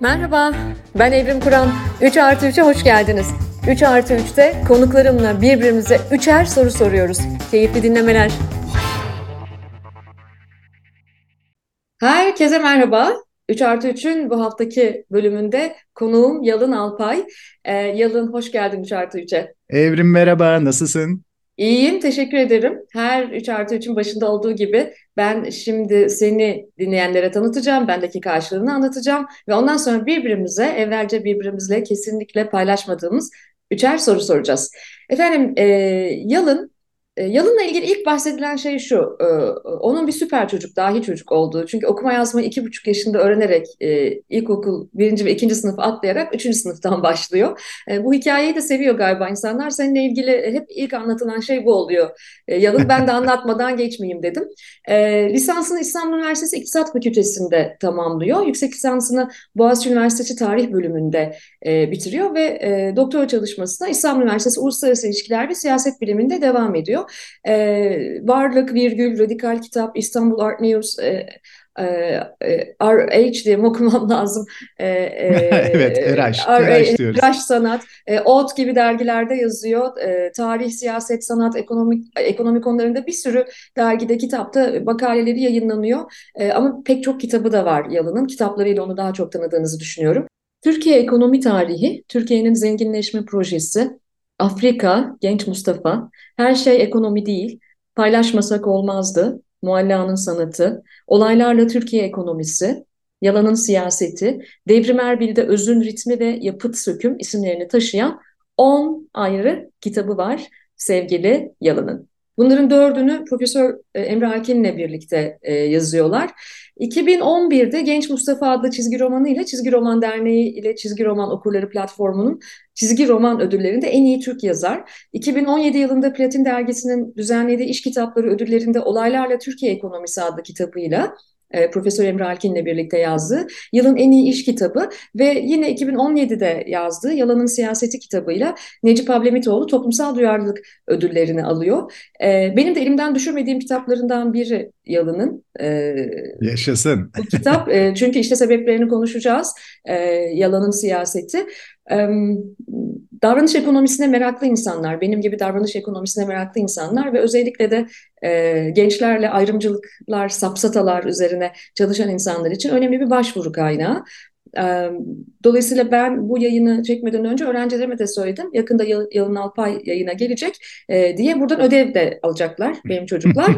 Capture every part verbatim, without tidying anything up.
Merhaba, ben Evrim Kur'an. üç artı üçe hoş geldiniz. üç artı üçte konuklarımla birbirimize üçer soru soruyoruz. Keyifli dinlemeler. Herkese merhaba. üç artı üçün bu haftaki bölümünde konuğum Yalın Alpay. Ee, Yalın, hoş geldin üç artı üçe. Evrim merhaba, nasılsın? İyiyim, teşekkür ederim. Her üç artı üçün başında olduğu gibi ben şimdi seni dinleyenlere tanıtacağım. Bendeki karşılığını anlatacağım. Ve ondan sonra birbirimize, evvelce birbirimizle kesinlikle paylaşmadığımız üçer soru soracağız. Efendim, e, Yalın, e, Yalın'la ilgili ilk bahsedilen şey şu. E, onun bir süper çocuk, dahi çocuk olduğu. Çünkü okuma yazmayı iki buçuk yaşında öğrenerek e, ilkokul birinci ve ikinci sınıf atlayarak üçüncü sınıftan başlıyor. E, bu hikayeyi de seviyor galiba insanlar. Seninle ilgili hep ilk anlatılan şey bu oluyor. E, Yalın, ben de anlatmadan geçmeyeyim dedim. E, lisansını İstanbul Üniversitesi İktisat Fakültesi'nde tamamlıyor. Yüksek lisansını Boğaziçi Üniversitesi Tarih bölümünde e, bitiriyor ve e, doktora çalışmasına İstanbul Üniversitesi Uluslararası İlişkiler ve Siyaset Biliminde devam ediyor. E, Varlık, Virgül, Radikal Kitap, İstanbul Art News, e, e, e, R H diye mi okumam lazım? E, Evet, e, Eraş, R Eraş diyoruz. Raş Sanat, e, Ot gibi dergilerde yazıyor. E, tarih, siyaset, sanat, ekonomik ekonomi konularında bir sürü dergide, kitapta makaleleri yayınlanıyor. E, ama pek çok kitabı da var Yalın'ın. Kitaplarıyla onu daha çok tanıdığınızı düşünüyorum. Türkiye Ekonomi Tarihi, Türkiye'nin zenginleşme projesi, Afrika, Genç Mustafa, Her Şey Ekonomi Değil, Paylaşmasak Olmazdı, Mualla'nın Sanatı, Olaylarla Türkiye Ekonomisi, Yalanın Siyaseti, Devrim Erbil'de Özün Ritmi ve Yapıt Söküm isimlerini taşıyan on ayrı kitabı var sevgili Yalan'ın. Bunların dördünü Profesör e, Emre Alkin'le birlikte e, yazıyorlar. iki bin on birde Genç Mustafa adlı çizgi romanı ile Çizgi Roman Derneği ile Çizgi Roman Okurları platformunun çizgi roman ödüllerinde en iyi Türk yazar. iki bin on yedi yılında Platin Dergisi'nin düzenlediği iş kitapları ödüllerinde Olaylarla Türkiye Ekonomisi adlı kitabıyla e, Profesör Emre Alkin'le birlikte yazdığı yılın en iyi iş kitabı ve yine iki bin on yedide yazdığı Yalanın Siyaseti kitabıyla Necip Hablemitoğlu toplumsal duyarlılık ödüllerini alıyor. E, benim de elimden düşürmediğim kitaplarından biri Yalın'ın. E, Yaşasın. bu kitap e, çünkü işte sebeplerini konuşacağız. E, Yalanın Siyaseti. E, Davranış ekonomisine meraklı insanlar, benim gibi davranış ekonomisine meraklı insanlar ve özellikle de e, gençlerle ayrımcılıklar, safsatalar üzerine çalışan insanlar için önemli bir başvuru kaynağı. E, Dolayısıyla ben bu yayını çekmeden önce öğrencilerime de söyledim. Yakında Yal- Yalın Alpay yayına gelecek e, diye buradan ödev de alacaklar benim çocuklar.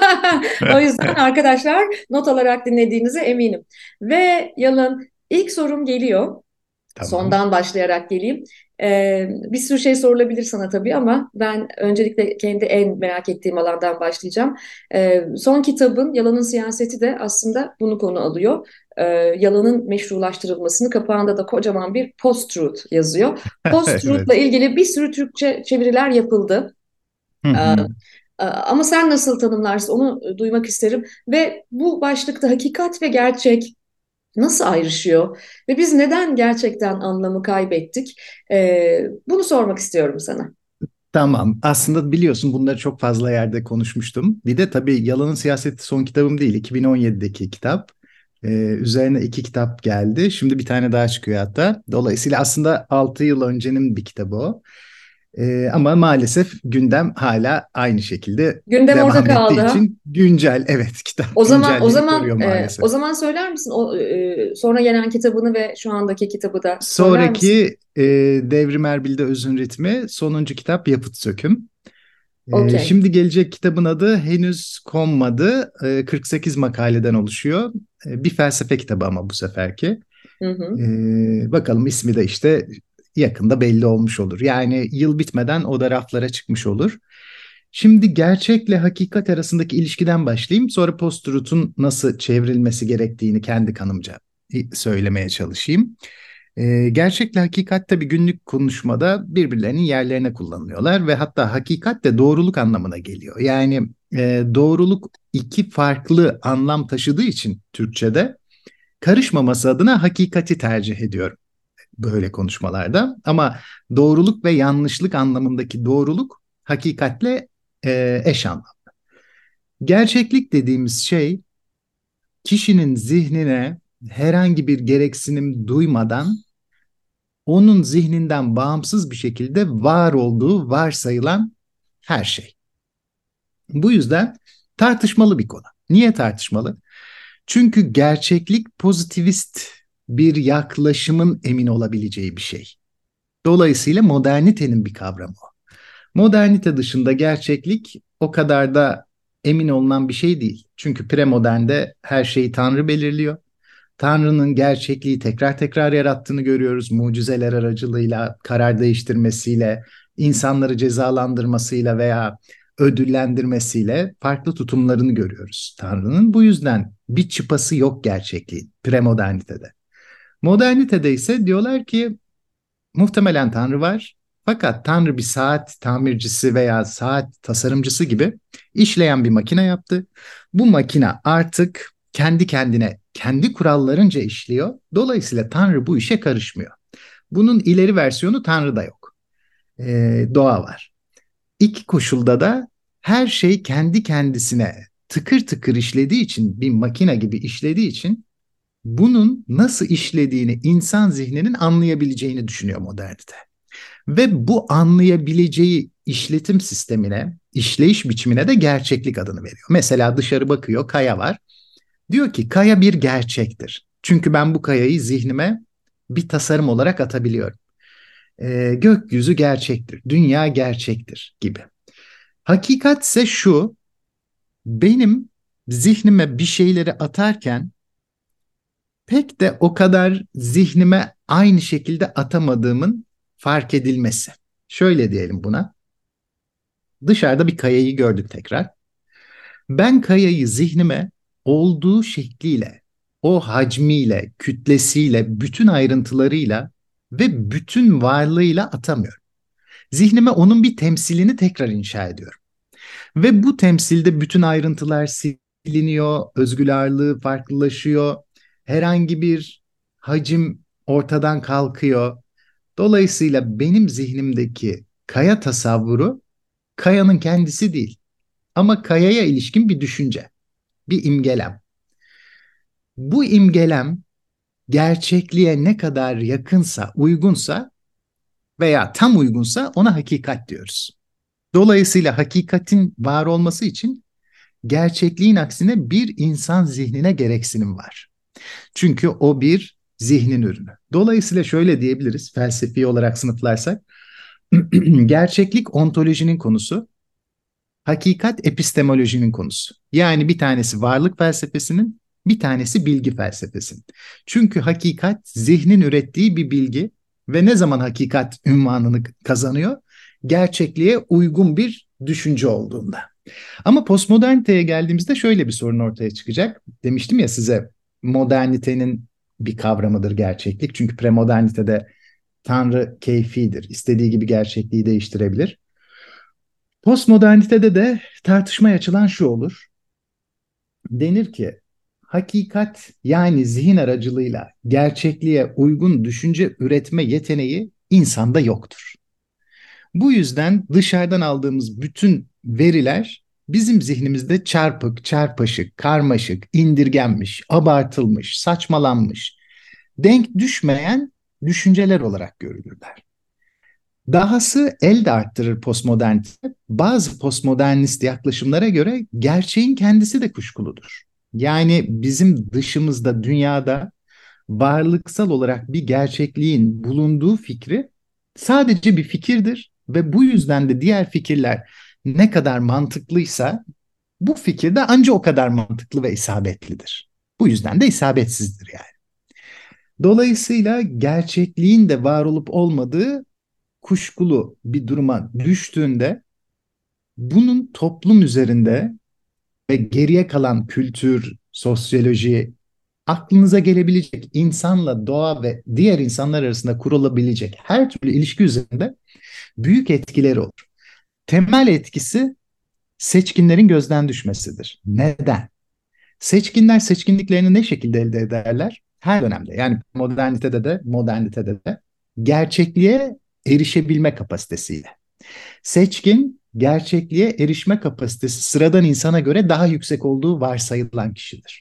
O yüzden arkadaşlar not alarak dinlediğinize eminim. Ve Yalın, ilk sorum geliyor. Tamam. Sondan başlayarak geleyim. Ee, bir sürü şey sorulabilir sana tabii ama ben öncelikle kendi en merak ettiğim alandan başlayacağım. Ee, son kitabın Yalanın Siyaseti de aslında bunu konu alıyor. Ee, yalanın meşrulaştırılmasını, kapağında da kocaman bir post-truth yazıyor. Post-truth'la Evet. ilgili bir sürü Türkçe çeviriler yapıldı. Hı Ee, hı. ama sen nasıl tanımlarsın onu duymak isterim. Ve bu başlıkta hakikat ve gerçek nasıl ayrışıyor ve biz neden gerçekten anlamı kaybettik? Ee, bunu sormak istiyorum sana. Tamam. Aslında biliyorsun bunları çok fazla yerde konuşmuştum. Bir de tabii Yalanın Siyaseti son kitabım değil. iki bin on yedideki kitap. Ee, üzerine iki kitap geldi. Şimdi bir tane daha çıkıyor hatta. Dolayısıyla aslında altı yıl öncenin bir kitabı o. Ee, ama maalesef gündem hala aynı şekilde Gündem orada devam ettiği kaldı ha. için güncel. Evet, kitap O zaman o güncelliğini zaman koruyor e, o maalesef. zaman söyler misin o e, sonra gelen kitabını ve şu andaki kitabı da söyler misin? Sonraki e, Devrim Erbil'de Özün Ritmi, sonuncu kitap Yapıt Söküm. E, Okey. şimdi gelecek kitabın adı henüz konmadı. E, kırk sekiz makaleden oluşuyor. E, bir felsefe kitabı ama bu seferki. Hı hı. E, bakalım ismi de işte yakında belli olmuş olur. Yani yıl bitmeden o da raflara çıkmış olur. Şimdi gerçekle hakikat arasındaki ilişkiden başlayayım. Sonra post-truth'un nasıl çevrilmesi gerektiğini kendi kanımca söylemeye çalışayım. Ee, gerçekle hakikat tabii günlük konuşmada birbirlerinin yerlerine kullanılıyorlar ve hatta hakikat de doğruluk anlamına geliyor. Yani e, doğruluk iki farklı anlam taşıdığı için Türkçe'de karışmaması adına hakikati tercih ediyorum böyle konuşmalarda. Ama doğruluk ve yanlışlık anlamındaki doğruluk hakikatle e, eş anlam. Gerçeklik dediğimiz şey kişinin zihnine herhangi bir gereksinim duymadan onun zihninden bağımsız bir şekilde var olduğu varsayılan her şey. Bu yüzden tartışmalı bir konu. Niye tartışmalı? Çünkü gerçeklik pozitivist bir yaklaşımın emin olabileceği bir şey. Dolayısıyla modernitenin bir kavramı o. Modernite dışında gerçeklik o kadar da emin olunan bir şey değil. Çünkü premodernde her şeyi Tanrı belirliyor. Tanrı'nın gerçekliği tekrar tekrar yarattığını görüyoruz. Mucizeler aracılığıyla, karar değiştirmesiyle, insanları cezalandırmasıyla veya ödüllendirmesiyle farklı tutumlarını görüyoruz Tanrı'nın. Bu yüzden bir çıpası yok gerçekliğin premodernitede. Modernitede ise diyorlar ki muhtemelen Tanrı var. Fakat Tanrı bir saat tamircisi veya saat tasarımcısı gibi işleyen bir makine yaptı. Bu makine artık kendi kendine, kendi kurallarınca işliyor. Dolayısıyla Tanrı bu işe karışmıyor. Bunun ileri versiyonu Tanrı'da yok. Ee, doğa var. İki koşulda da her şey kendi kendisine tıkır tıkır işlediği için, bir makine gibi işlediği için bunun nasıl işlediğini insan zihninin anlayabileceğini düşünüyor modernite. Ve bu anlayabileceği işletim sistemine, işleyiş biçimine de gerçeklik adını veriyor. Mesela dışarı bakıyor, kaya var. Diyor ki kaya bir gerçektir. Çünkü ben bu kayayı zihnime bir tasarım olarak atabiliyorum. Ee, gökyüzü gerçektir, dünya gerçektir gibi. Hakikat ise şu, benim zihnime bir şeyleri atarken pek de o kadar zihnime aynı şekilde atamadığımın fark edilmesi. Şöyle diyelim buna. Dışarıda bir kayayı gördük tekrar. Ben kayayı zihnime olduğu şekliyle, o hacmiyle, kütlesiyle, bütün ayrıntılarıyla ve bütün varlığıyla atamıyorum. Zihnime onun bir temsilini tekrar inşa ediyorum. Ve bu temsilde bütün ayrıntılar siliniyor, özgül ağırlığı farklılaşıyor, herhangi bir hacim ortadan kalkıyor. Dolayısıyla benim zihnimdeki kaya tasavvuru kayanın kendisi değil. Ama kayaya ilişkin bir düşünce, bir imgelem. Bu imgelem gerçekliğe ne kadar yakınsa, uygunsa veya tam uygunsa ona hakikat diyoruz. Dolayısıyla hakikatin var olması için gerçekliğin aksine bir insan zihnine gereksinim var. Çünkü o bir zihnin ürünü. Dolayısıyla şöyle diyebiliriz felsefi olarak sınıflarsak. Gerçeklik ontolojinin konusu, hakikat epistemolojinin konusu. Yani bir tanesi varlık felsefesinin, bir tanesi bilgi felsefesinin. Çünkü hakikat zihnin ürettiği bir bilgi ve ne zaman hakikat ünvanını kazanıyor? Gerçekliğe uygun bir düşünce olduğunda. Ama postmoderniteye geldiğimizde şöyle bir sorun ortaya çıkacak. Demiştim ya size modernitenin bir kavramıdır gerçeklik. Çünkü premodernitede Tanrı keyfidir. İstediği gibi gerçekliği değiştirebilir. Postmodernitede de tartışmaya açılan şu olur. Denir ki hakikat yani zihin aracılığıyla gerçekliğe uygun düşünce üretme yeteneği insanda yoktur. Bu yüzden dışarıdan aldığımız bütün veriler bizim zihnimizde çarpık, çarpışık, karmaşık, indirgenmiş, abartılmış, saçmalanmış, denk düşmeyen düşünceler olarak görülürler. Dahası el de arttırır postmodernite. Bazı postmodernist yaklaşımlara göre gerçeğin kendisi de kuşkuludur. Yani bizim dışımızda, dünyada varlıksal olarak bir gerçekliğin bulunduğu fikri sadece bir fikirdir ve bu yüzden de diğer fikirler ne kadar mantıklıysa bu fikir de ancak o kadar mantıklı ve isabetlidir. Bu yüzden de isabetsizdir yani. Dolayısıyla gerçekliğin de var olup olmadığı kuşkulu bir duruma düştüğünde bunun toplum üzerinde ve geriye kalan kültür, sosyoloji, aklınıza gelebilecek insanla doğa ve diğer insanlar arasında kurulabilecek her türlü ilişki üzerinde büyük etkileri olur. Temel etkisi seçkinlerin gözden düşmesidir. Neden? Seçkinler seçkinliklerini ne şekilde elde ederler? Her dönemde yani modernitede de modernitede de gerçekliğe erişebilme kapasitesiyle. Seçkin gerçekliğe erişme kapasitesi sıradan insana göre daha yüksek olduğu varsayılan kişidir.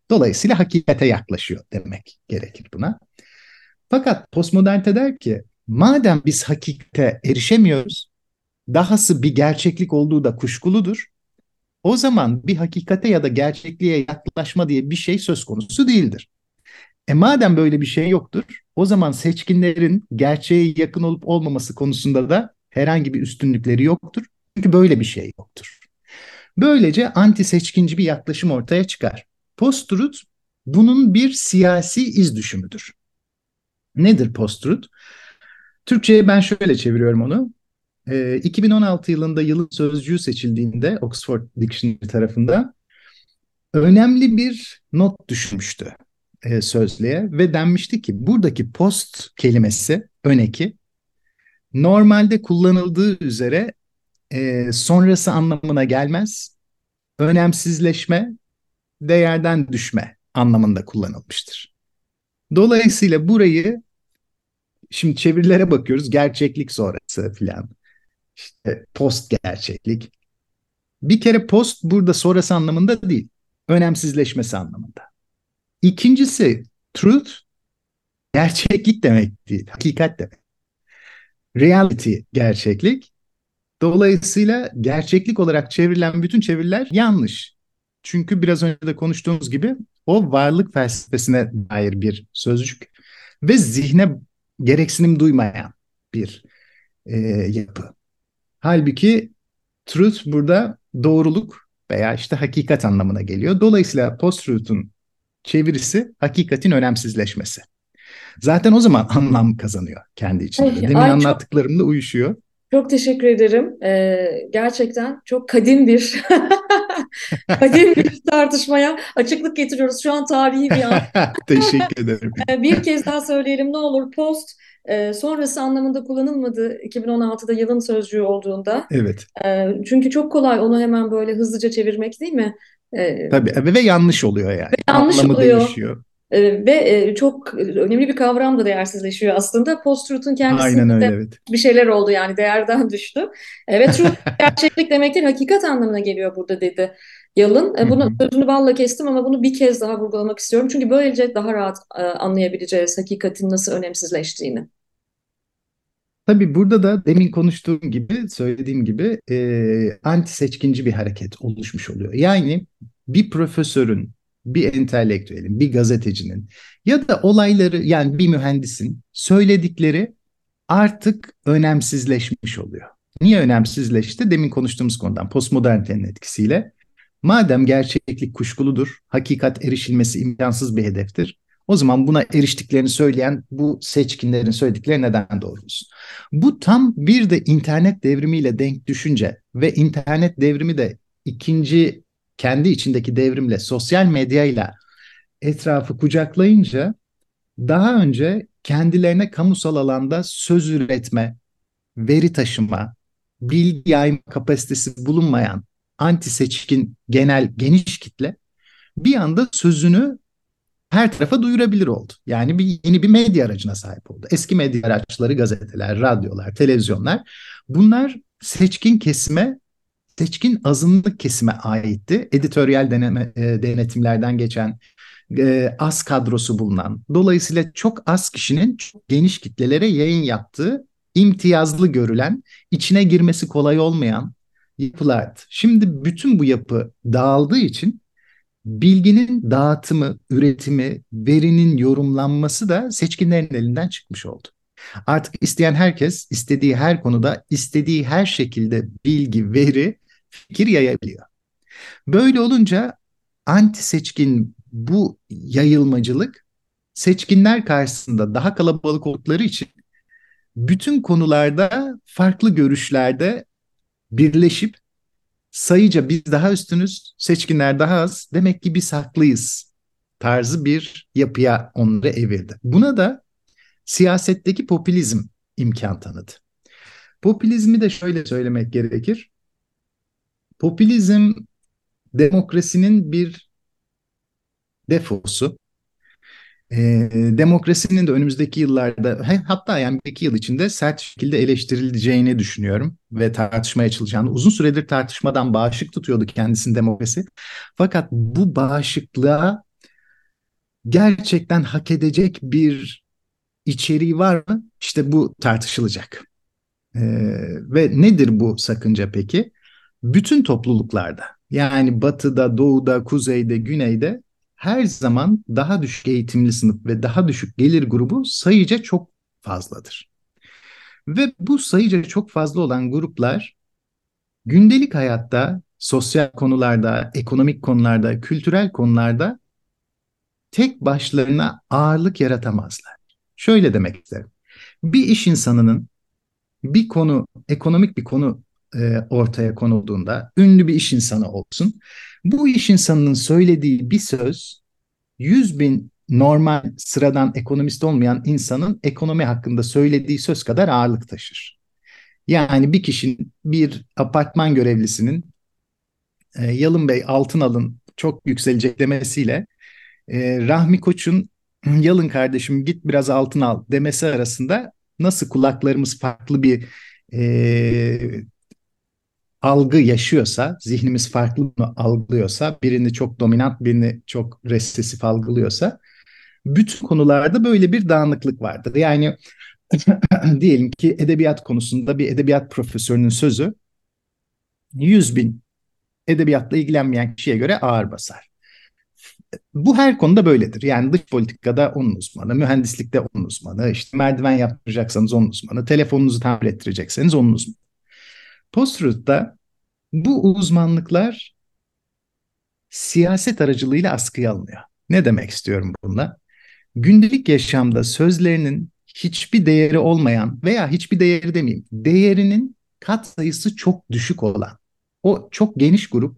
Dolayısıyla hakikate yaklaşıyor demek gerekir buna. Fakat postmodernite der ki madem biz hakikate erişemiyoruz, dahası bir gerçeklik olduğu da kuşkuludur. O zaman bir hakikate ya da gerçekliğe yaklaşma diye bir şey söz konusu değildir. E madem böyle bir şey yoktur, o zaman seçkinlerin gerçeğe yakın olup olmaması konusunda da herhangi bir üstünlükleri yoktur. Çünkü böyle bir şey yoktur. Böylece anti seçkinci bir yaklaşım ortaya çıkar. Post-truth bunun bir siyasi iz düşümüdür. Nedir post-truth? Türkçe'ye ben şöyle çeviriyorum onu. E, iki bin on altı yılında yılın sözcüğü seçildiğinde Oxford Dictionary tarafından önemli bir not düşmüştü e, sözlüğe ve denmişti ki buradaki post kelimesi öneki normalde kullanıldığı üzere e, sonrası anlamına gelmez, önemsizleşme, değerden düşme anlamında kullanılmıştır. Dolayısıyla burayı şimdi çevirilere bakıyoruz, gerçeklik sonrası filan, işte post gerçeklik. Bir kere post burada sonrası anlamında değil, önemsizleşmesi anlamında. İkincisi truth gerçeklik demek değil, hakikat demek. Reality gerçeklik. Dolayısıyla gerçeklik olarak çevrilen bütün çeviriler yanlış. Çünkü biraz önce de konuştuğumuz gibi o varlık felsefesine dair bir sözcük ve zihne gereksinim duymayan bir e, yapı. Halbuki truth burada doğruluk veya işte hakikat anlamına geliyor. Dolayısıyla post-truth'un çevirisi hakikatin önemsizleşmesi. Zaten o zaman anlam kazanıyor kendi içinde Ay, de. Demin ay çok anlattıklarımla uyuşuyor. çok teşekkür ederim. Ee, gerçekten çok kadim bir kadim bir tartışmaya açıklık getiriyoruz. Şu an tarihi bir an. Teşekkür ederim. Ee, Bir kez daha söyleyelim ne olur. Post e, sonrası anlamında kullanılmadı iki bin on altıda yılın sözcüğü olduğunda. Evet. E, çünkü çok kolay onu hemen böyle hızlıca çevirmek değil mi? E, Tabii ve yanlış oluyor yani. yanlış Anlamı oluyor. değişiyor. E, ve e, çok önemli bir kavram da değersizleşiyor aslında. Post-truth'un kendisinde Aynen de öyle, evet. bir şeyler oldu yani değerden düştü. E, ve truth gerçeklik demektir, hakikat anlamına geliyor burada dedi Yalın. Hı E, bunu hı. sözünü balla kestim ama bunu bir kez daha vurgulamak istiyorum. Çünkü böylece daha rahat e, anlayabileceğiz hakikatin nasıl önemsizleştiğini. Tabii burada da demin konuştuğum gibi, söylediğim gibi e, anti seçkinci bir hareket oluşmuş oluyor. Yani bir profesörün, bir entelektüelin, bir gazetecinin ya da olayları yani bir mühendisin söyledikleri artık önemsizleşmiş oluyor. Niye önemsizleşti? Demin konuştuğumuz konudan postmodernitenin etkisiyle. Madem gerçeklik kuşkuludur, hakikat erişilmesi imkansız bir hedeftir. O zaman buna eriştiklerini söyleyen bu seçkinlerin söyledikleri neden doğru olsun? Bu tam bir de internet devrimiyle denk düşünce ve internet devrimi de ikinci kendi içindeki devrimle sosyal medyayla etrafı kucaklayınca daha önce kendilerine kamusal alanda söz üretme, veri taşıma, bilgi yayma kapasitesi bulunmayan anti seçkin genel geniş kitle bir anda sözünü her tarafa duyurabilir oldu. Yani bir yeni bir medya aracına sahip oldu. Eski medya araçları gazeteler, radyolar, televizyonlar bunlar seçkin kesime, seçkin azınlık kesime aitti. Editoryal deneme, e, denetimlerden geçen e, az kadrosu bulunan, dolayısıyla çok az kişinin çok geniş kitlelere yayın yaptığı, imtiyazlı görülen, içine girmesi kolay olmayan yapılardı. Şimdi bütün bu yapı dağıldığı için bilginin dağıtımı, üretimi, verinin yorumlanması da seçkinlerin elinden çıkmış oldu. Artık isteyen herkes istediği her konuda istediği her şekilde bilgi, veri, fikir yayabiliyor. Böyle olunca anti seçkin bu yayılmacılık seçkinler karşısında daha kalabalık oldukları için bütün konularda farklı görüşlerde birleşip sayıca biz daha üstünüz, seçkinler daha az, demek ki biz haklıyız tarzı bir yapıya onları evirdi. Buna da siyasetteki popülizm imkan tanıdı. Popülizmi de şöyle söylemek gerekir. Popülizm demokrasinin bir defosu. E, demokrasinin de önümüzdeki yıllarda hatta yani bir iki yıl içinde sert şekilde eleştirileceğini düşünüyorum ve tartışmaya açılacağını. Uzun süredir tartışmadan bağışık tutuyordu kendisini demokrasi. Fakat bu bağışıklığa gerçekten hak edecek bir içeriği var mı? İşte bu tartışılacak. Ee, ve nedir bu sakınca peki? Bütün topluluklarda, yani batıda, doğuda, kuzeyde, güneyde her zaman daha düşük eğitimli sınıf ve daha düşük gelir grubu sayıca çok fazladır. Ve bu sayıca çok fazla olan gruplar gündelik hayatta, sosyal konularda, ekonomik konularda, kültürel konularda tek başlarına ağırlık yaratamazlar. Şöyle demek isterim. Bir iş insanının bir konu, ekonomik bir konu e, ortaya konulduğunda, ünlü bir iş insanı olsun, bu iş insanının söylediği bir söz, yüz bin normal sıradan ekonomist olmayan insanın ekonomi hakkında söylediği söz kadar ağırlık taşır. Yani bir kişinin, bir apartman görevlisinin e, Yalın Bey altın alın çok yükselecek demesiyle e, Rahmi Koç'un Yalın kardeşim git biraz altın al demesi arasında nasıl kulaklarımız farklı bir e, algı yaşıyorsa, zihnimiz farklı mı algılıyorsa, birini çok dominant, birini çok resesif algılıyorsa, bütün konularda böyle bir dağınıklık vardır. Yani diyelim ki edebiyat konusunda bir edebiyat profesörünün sözü yüz bin edebiyatla ilgilenmeyen kişiye göre ağır basar. Bu her konuda böyledir. Yani dış politikada onun uzmanı, mühendislikte onun uzmanı, işte merdiven yaptıracaksanız onun uzmanı, telefonunuzu tamir ettirecekseniz onun uzmanı. Post-truth'ta bu uzmanlıklar siyaset aracılığıyla askıya alınıyor. Ne demek istiyorum bununla? Gündelik yaşamda sözlerinin hiçbir değeri olmayan veya hiçbir değeri demeyeyim, değerinin katsayısı çok düşük olan o çok geniş grup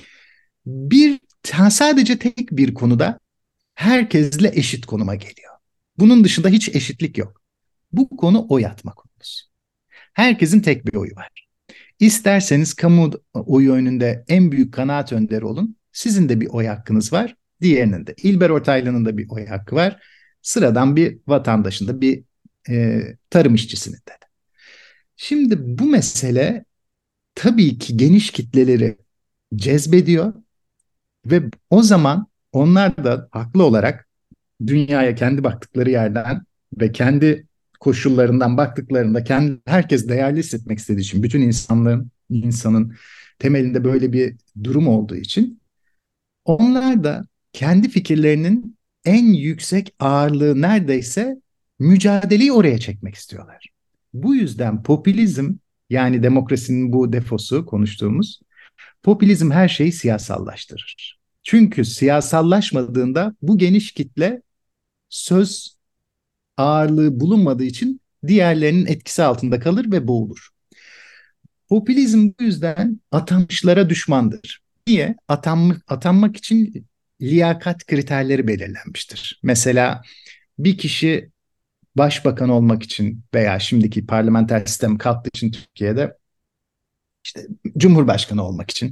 bir sadece tek bir konuda herkesle eşit konuma geliyor. Bunun dışında hiç eşitlik yok. Bu konu oy atma konusu. Herkesin tek bir oyu var. İsterseniz kamu oyu önünde en büyük kanaat önderi olun. Sizin de bir oy hakkınız var. Diğerinin de. İlber Ortaylı'nın da bir oy hakkı var. Sıradan bir vatandaşın da bir e, tarım işçisinin de. Şimdi bu mesele tabii ki geniş kitleleri cezbediyor ve o zaman onlar da haklı olarak dünyaya kendi baktıkları yerden ve kendi koşullarından baktıklarında kendi herkes değerli hissetmek istediği için bütün insanlığın insanın temelinde böyle bir durum olduğu için onlar da kendi fikirlerinin en yüksek ağırlığı neredeyse mücadeleyi oraya çekmek istiyorlar. Bu yüzden popülizm yani demokrasinin bu defosu konuştuğumuz popülizm her şeyi siyasallaştırır. Çünkü siyasallaşmadığında bu geniş kitle söz ağırlığı bulunmadığı için diğerlerinin etkisi altında kalır ve boğulur. Popülizm bu yüzden atanmışlara düşmandır. Niye? Atanmak, atanmak için liyakat kriterleri belirlenmiştir. Mesela bir kişi başbakan olmak için veya şimdiki parlamenter sistem kalktığı için Türkiye'de işte cumhurbaşkanı olmak için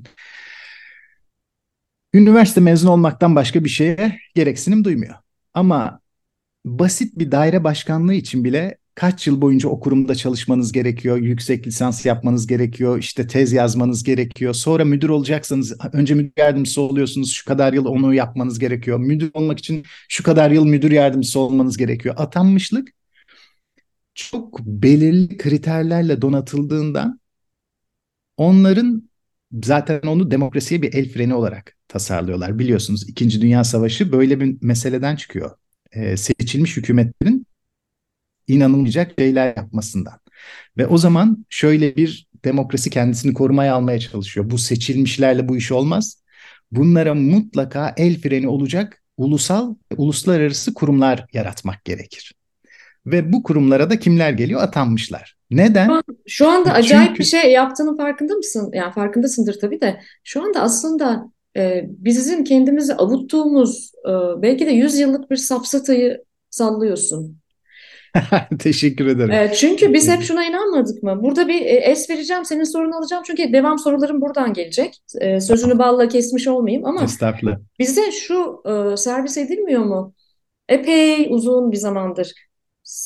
üniversite mezunu olmaktan başka bir şeye gereksinim duymuyor. Ama basit bir daire başkanlığı için bile kaç yıl boyunca o kurumda çalışmanız gerekiyor, yüksek lisans yapmanız gerekiyor, işte tez yazmanız gerekiyor. Sonra müdür olacaksanız önce müdür yardımcısı oluyorsunuz, şu kadar yıl onu yapmanız gerekiyor. Müdür olmak için şu kadar yıl müdür yardımcısı olmanız gerekiyor. Atanmışlık çok belirli kriterlerle donatıldığından onların zaten onu demokrasiye bir el freni olarak tasarlıyorlar. Biliyorsunuz İkinci Dünya Savaşı böyle bir meseleden çıkıyor. Ee, seçilmiş hükümetlerin inanılmayacak şeyler yapmasından. Ve o zaman şöyle bir demokrasi kendisini korumaya almaya çalışıyor. Bu seçilmişlerle bu iş olmaz. Bunlara mutlaka el freni olacak ulusal, uluslararası kurumlar yaratmak gerekir. Ve bu kurumlara da kimler geliyor? Atanmışlar. Şu Neden? an- şu anda acayip bir Çünkü şey yaptığının farkında mısın? Yani farkındasındır tabii de. Şu anda aslında e, bizim kendimizi avuttuğumuz e, belki de yüz yıllık bir safsatayı sallıyorsun. teşekkür ederim. E, çünkü biz hep şuna inanmadık mı? Burada bir e, es vereceğim, senin sorunu alacağım. Çünkü devam sorularım buradan gelecek. E, sözünü balla kesmiş olmayayım ama Estağfurullah. bize şu e, servis edilmiyor mu? Epey uzun bir zamandır.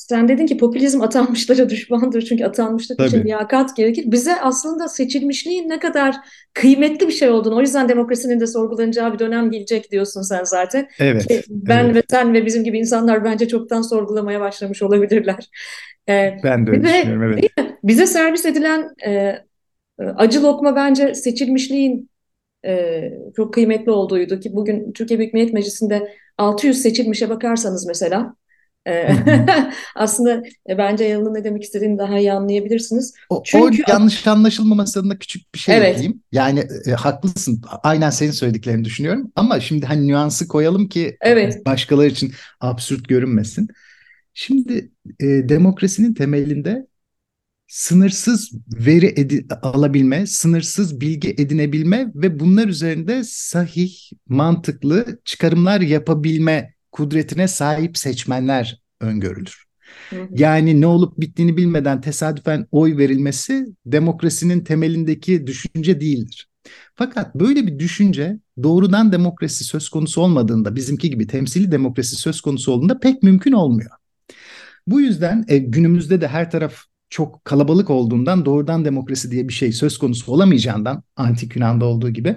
sen dedin ki popülizm atanmışlara düşmandır çünkü atanmışlık için Tabii. liyakat gerekir. Bize aslında seçilmişliğin ne kadar kıymetli bir şey olduğunu, o yüzden demokrasinin de sorgulanacağı bir dönem gelecek diyorsun sen zaten. Ki Evet, ben ve evet. sen ve bizim gibi insanlar bence çoktan sorgulamaya başlamış olabilirler. Ee, Ben de öyle bize, düşünüyorum, değil evet. mi? Bize servis edilen e, e, acı lokma bence seçilmişliğin e, çok kıymetli olduğuydu ki bugün Türkiye Büyük Millet Meclisi'nde altı yüz seçilmişe bakarsanız mesela e, Hı hı. aslında e, bence Yalın'ın ne demek istediğini daha iyi anlayabilirsiniz. O, o Çünkü yanlış anlaşılmaması adına küçük bir şey evet, ekleyeyim. Yani e, haklısın. Aynen senin söylediklerini düşünüyorum. Ama şimdi hani nüansı koyalım ki evet. başkaları için absürt görünmesin. Şimdi e, demokrasinin temelinde sınırsız veri edi- alabilme, sınırsız bilgi edinebilme ve bunlar üzerinde sahih, mantıklı çıkarımlar yapabilme kudretine sahip seçmenler öngörülür. Hı hı, Yani ne olup bittiğini bilmeden tesadüfen oy verilmesi demokrasinin temelindeki düşünce değildir. Fakat böyle bir düşünce doğrudan demokrasi söz konusu olmadığında, bizimki gibi temsili demokrasi söz konusu olduğunda pek mümkün olmuyor. Bu yüzden e, günümüzde de her taraf çok kalabalık olduğundan doğrudan demokrasi diye bir şey söz konusu olamayacağından antik Yunan'da olduğu gibi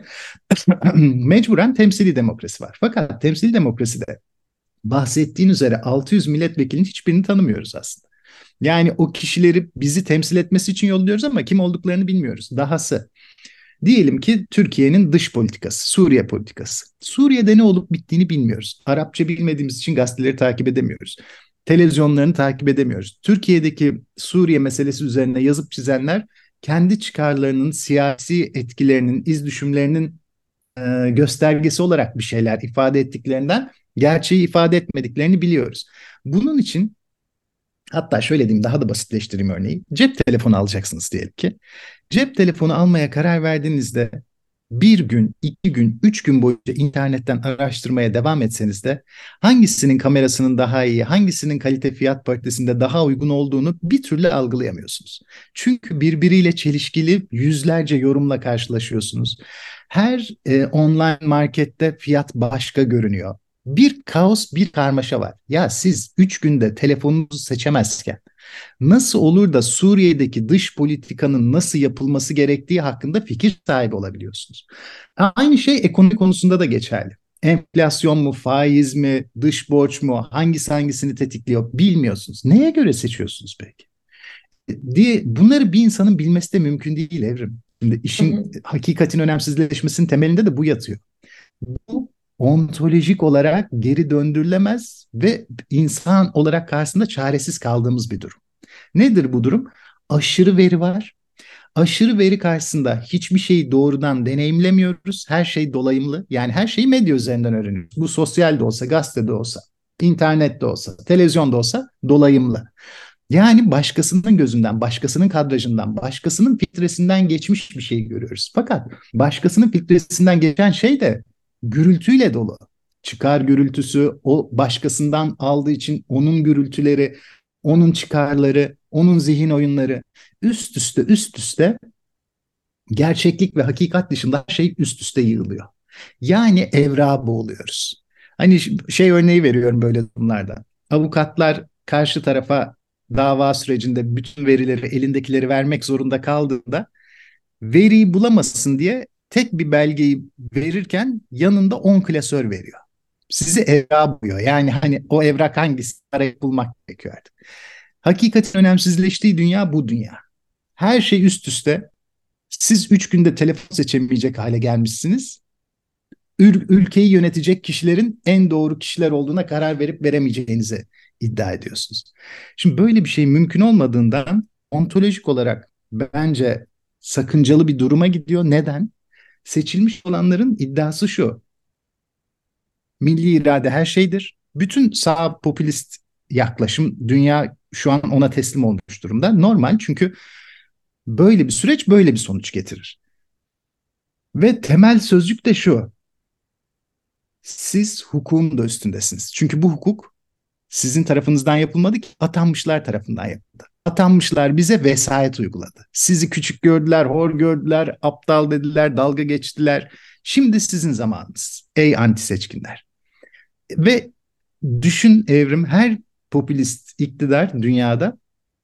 mecburen temsili demokrasi var. Fakat temsili demokraside bahsettiğin üzere altı yüz milletvekilinin hiçbirini tanımıyoruz aslında. Yani o kişileri bizi temsil etmesi için yolluyoruz ama kim olduklarını bilmiyoruz. Dahası diyelim ki Türkiye'nin dış politikası, Suriye politikası. Suriye'de ne olup bittiğini bilmiyoruz. Arapça bilmediğimiz için gazeteleri takip edemiyoruz. Televizyonlarını takip edemiyoruz. Türkiye'deki Suriye meselesi üzerine yazıp çizenler kendi çıkarlarının, siyasi etkilerinin, iz düşümlerinin e, göstergesi olarak bir şeyler ifade ettiklerinden gerçeği ifade etmediklerini biliyoruz. Bunun için hatta şöyle diyeyim, daha da basitleştireyim örneği. Cep telefonu alacaksınız diyelim ki. Cep telefonu almaya karar verdiğinizde bir gün, iki gün, üç gün boyunca internetten araştırmaya devam etseniz de hangisinin kamerasının daha iyi, hangisinin kalite fiyat paritesinde daha uygun olduğunu bir türlü algılayamıyorsunuz. Çünkü birbiriyle çelişkili yüzlerce yorumla karşılaşıyorsunuz. Her e, online markette fiyat başka görünüyor. Bir kaos, bir karmaşa var. Ya siz üç günde telefonunuzu seçemezken nasıl olur da Suriye'deki dış politikanın nasıl yapılması gerektiği hakkında fikir sahibi olabiliyorsunuz? Aynı şey ekonomi konusunda da geçerli. Enflasyon mu, faiz mi, dış borç mu, hangisi hangisini tetikliyor bilmiyorsunuz. Neye göre seçiyorsunuz peki? Diye bunları bir insanın bilmesi de mümkün değil Evrim. Şimdi hı işin hı, hakikatin önemsizleşmesinin temelinde de bu yatıyor. Bu ontolojik olarak geri döndürülemez ve insan olarak karşısında çaresiz kaldığımız bir durum. Nedir bu durum? Aşırı veri var. Aşırı veri karşısında hiçbir şeyi doğrudan deneyimlemiyoruz. Her şey dolayımlı. Yani her şeyi medya üzerinden öğreniyoruz. Bu sosyal de olsa, gazetede olsa, internette olsa, televizyonda olsa dolayımlı. Yani başkasının gözünden, başkasının kadrajından, başkasının filtresinden geçmiş bir şey görüyoruz. Fakat başkasının filtresinden geçen şey de gürültüyle dolu. Çıkar gürültüsü, o başkasından aldığı için onun gürültüleri, onun çıkarları, onun zihin oyunları üst üste üst üste gerçeklik ve hakikat dışında her şey üst üste yığılıyor. Yani evrağa boğuluyoruz. Hani şey örneği veriyorum böyle durumlarda. Avukatlar karşı tarafa dava sürecinde bütün verileri, elindekileri vermek zorunda kaldığında veriyi bulamasın diye tek bir belgeyi verirken yanında on klasör veriyor. Sizi evrağa buluyor. Yani hani o evrak hangisi arayıp bulmak gerekiyor artık. Hakikatin önemsizleştiği dünya bu dünya. Her şey üst üste. Siz üç günde telefon seçemeyecek hale gelmişsiniz. Ül- ülkeyi yönetecek kişilerin en doğru kişiler olduğuna karar verip veremeyeceğinizi iddia ediyorsunuz. Şimdi böyle bir şey mümkün olmadığından ontolojik olarak bence sakıncalı bir duruma gidiyor. Neden? Seçilmiş olanların iddiası şu: milli irade her şeydir. Bütün sağ popülist yaklaşım, dünya şu an ona teslim olmuş durumda. Normal, çünkü böyle bir süreç böyle bir sonuç getirir. Ve temel sözcük de şu: siz hukukun da üstündesiniz. Çünkü bu hukuk sizin tarafınızdan yapılmadı ki, atanmışlar tarafından yapıldı. Atanmışlar bize vesayet uyguladı. Sizi küçük gördüler, hor gördüler, aptal dediler, dalga geçtiler. Şimdi sizin zamanınız ey anti seçkinler. Ve düşün Evrim, her popülist iktidar dünyada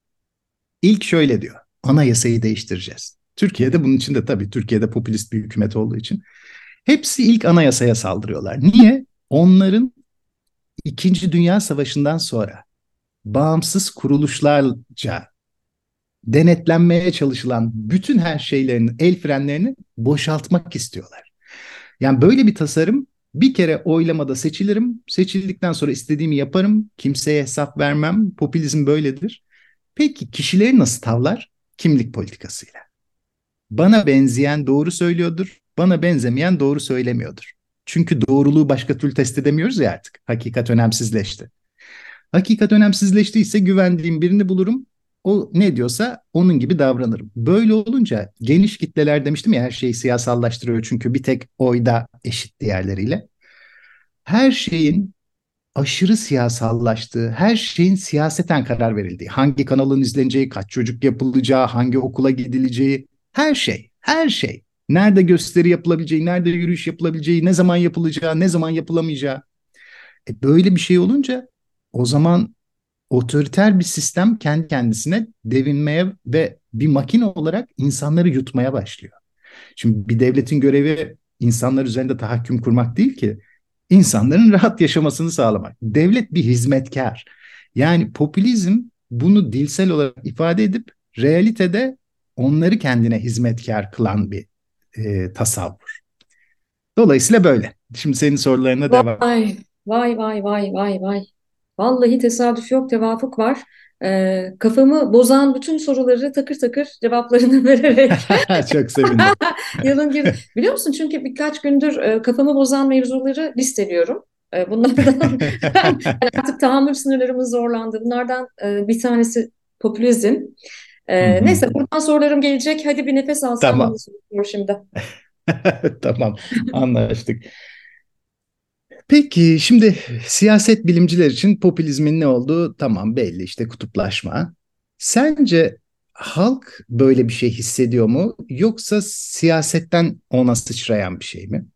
ilk şöyle diyor. Anayasayı değiştireceğiz. Türkiye'de bunun için de tabii Türkiye'de popülist bir hükümet olduğu için hepsi ilk anayasaya saldırıyorlar. Niye? Onların İkinci Dünya Savaşı'ndan sonra bağımsız kuruluşlarca denetlenmeye çalışılan bütün her şeylerin el frenlerini boşaltmak istiyorlar. Yani böyle bir tasarım, bir kere oylamada seçilirim, seçildikten sonra istediğimi yaparım, kimseye hesap vermem, popülizm böyledir. Peki kişileri nasıl tavlar? Kimlik politikasıyla. Bana benzeyen doğru söylüyordur, bana benzemeyen doğru söylemiyordur. Çünkü doğruluğu başka türlü test edemiyoruz ya artık. Hakikat önemsizleşti. Hakikat önemsizleştiyse güvendiğim birini bulurum. O ne diyorsa onun gibi davranırım. Böyle olunca geniş kitleler demiştim ya, her şeyi siyasallaştırıyor çünkü bir tek oyda eşit diğerleriyle. Her şeyin aşırı siyasallaştığı, her şeyin siyaseten karar verildiği, hangi kanalın izleneceği, kaç çocuk yapılacağı, hangi okula gidileceği, her şey, her şey. Nerede gösteri yapılabileceği, nerede yürüyüş yapılabileceği, ne zaman yapılacağı, ne zaman yapılamayacağı. E böyle bir şey olunca o zaman otoriter bir sistem kendi kendisine devinmeye ve bir makine olarak insanları yutmaya başlıyor. Şimdi bir devletin görevi insanlar üzerinde tahakküm kurmak değil ki, insanların rahat yaşamasını sağlamak. Devlet bir hizmetkar. Yani popülizm bunu dilsel olarak ifade edip realitede onları kendine hizmetkar kılan bir e, tasavvur. Dolayısıyla böyle. Şimdi senin sorularına devam. Vay, vay, vay, vay, vay, vay. Vallahi tesadüf yok, tevafuk var. Ee, kafamı bozan bütün soruları takır takır cevaplarını vererek Çok sevindim. yılın girdi. Biliyor musun? Çünkü birkaç gündür e, kafamı bozan mevzuları listeliyorum. E, bunlardan ben yani artık tahammül sınırlarımız zorlandı. Bunlardan e, bir tanesi popülizm. Hı E, hı. neyse buradan sorularım gelecek. Hadi bir nefes alsam bana Tamam. soruyor şimdi. Tamam, anlaştık. Peki şimdi siyaset bilimciler için popülizmin ne olduğu tamam belli, işte kutuplaşma. Sence halk böyle bir şey hissediyor mu yoksa siyasetten ona sıçrayan bir şey mi?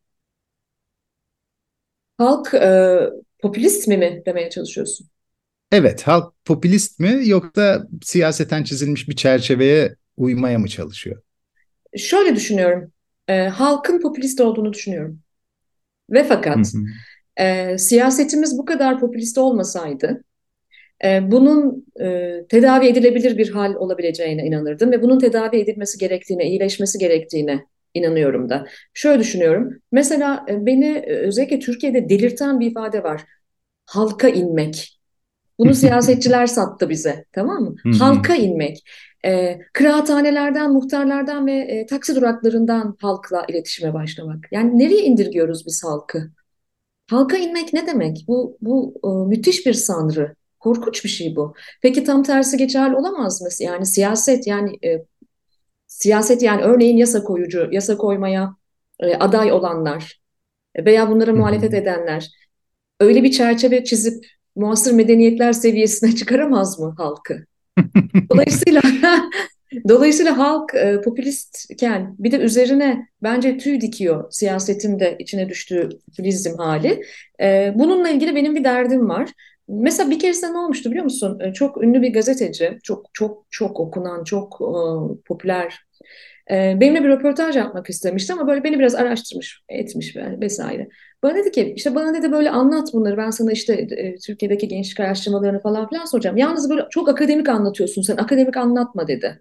Halk e, popülist mi mi demeye çalışıyorsun? Evet, halk popülist mi yoksa siyaseten çizilmiş bir çerçeveye uymaya mı çalışıyor? Şöyle düşünüyorum. E, halkın popülist olduğunu düşünüyorum. Ve Hı fakat hı. e, siyasetimiz bu kadar popülist olmasaydı, e, bunun e, tedavi edilebilir bir hal olabileceğine inanırdım ve bunun tedavi edilmesi gerektiğine, iyileşmesi gerektiğine inanıyorum da. Şöyle düşünüyorum. Mesela e, beni e, özellikle Türkiye'de delirten bir ifade var. Halka inmek. Bunu siyasetçiler sattı bize, tamam mı? Hı hı. Halka inmek. E, kıraathanelerden, muhtarlardan ve e, taksi duraklarından halkla iletişime başlamak. Yani nereye indirgiyoruz biz halkı? Halka inmek ne demek? Bu, bu e, müthiş bir sanrı. Korkunç bir şey bu. Peki tam tersi geçerli olamaz mı? Yani siyaset yani e, siyaset yani örneğin yasa koyucu, yasa koymaya e, aday olanlar veya bunlara Hı hı. muhalefet edenler öyle bir çerçeve çizip muasır medeniyetler seviyesine çıkaramaz mı halkı? Dolayısıyla dolayısıyla halk e, popülistken bir de üzerine bence tüy dikiyor siyasetin de içine düştüğü popülizm hali. E, bununla ilgili benim bir derdim var. Mesela bir keresinde ne olmuştu biliyor musun? E, çok ünlü bir gazeteci, çok çok çok okunan, çok e, popüler. E, benimle bir röportaj yapmak istemişti ama böyle beni biraz araştırmış, etmiş vesaire. Bana dedi ki işte bana dedi böyle anlat bunları ben sana işte e, Türkiye'deki gençlik araştırmalarını falan filan soracağım. Yalnız böyle çok akademik anlatıyorsun sen akademik anlatma dedi.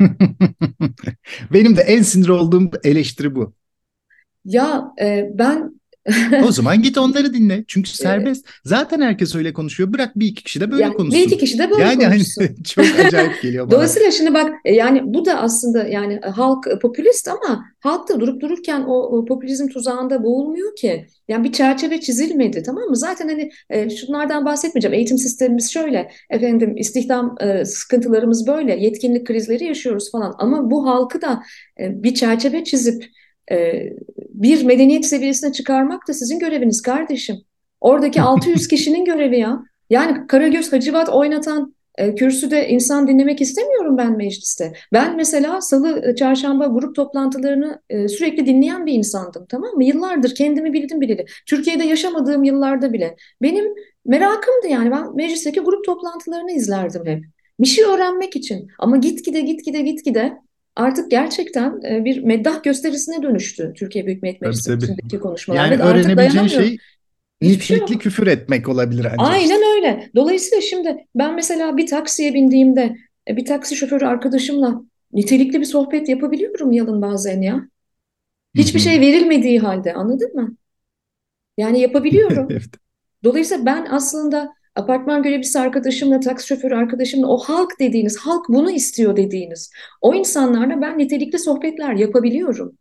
Benim de en sinir olduğum eleştiri bu. Ya e, ben O zaman git onları dinle. Çünkü e, serbest. Zaten herkes öyle konuşuyor. Bırak bir iki kişi de böyle yani bir iki konuşsun. kişi de böyle Yani hani konuşsun. çok acayip geliyor bana. Dolayısıyla şimdi bak e, yani bu da aslında yani e, halk e, popülist ama halk da durup dururken o, o popülizm tuzağında boğulmuyor ki. Yani bir çerçeve çizilmedi tamam mı? Zaten hani e, şunlardan bahsetmeyeceğim. Eğitim sistemimiz şöyle efendim istihdam e, sıkıntılarımız böyle yetkinlik krizleri yaşıyoruz falan. Ama bu halkı da e, bir çerçeve çizip e, bir medeniyet seviyesine çıkarmak da sizin göreviniz kardeşim. Oradaki altı yüz kişinin görevi ya. Yani Karagöz Hacivat oynatan E, kürsüde insan dinlemek istemiyorum ben mecliste. Ben mesela salı, e, çarşamba grup toplantılarını e, sürekli dinleyen bir insandım, tamam mı? Yıllardır kendimi bildim bileli. Türkiye'de yaşamadığım yıllarda bile. Benim merakımdı yani, ben meclisteki grup toplantılarını izlerdim hep. Bir şey öğrenmek için. Ama gitgide gitgide gitgide artık gerçekten e, bir meddah gösterisine dönüştü Türkiye Büyük Millet Tabii Meclisi'nin tabii. içindeki konuşmalar Yani ve artık öğrenebileceğin dayanamıyorum. şey Hiçbir şey nitelikli yok. küfür etmek olabilir anca Aynen işte. öyle. Dolayısıyla şimdi ben mesela bir taksiye bindiğimde e, bir taksi şoförü arkadaşımla nitelikli bir sohbet yapabiliyorum yalın bazen ya. Hı Hiçbir hı. şey verilmediği halde, anladın mı? Yani yapabiliyorum. Evet. Dolayısıyla ben aslında apartman görevlisi arkadaşımla, taksi şoförü arkadaşımla, o halk dediğiniz, halk bunu istiyor dediğiniz o insanlarla ben nitelikli sohbetler yapabiliyorum.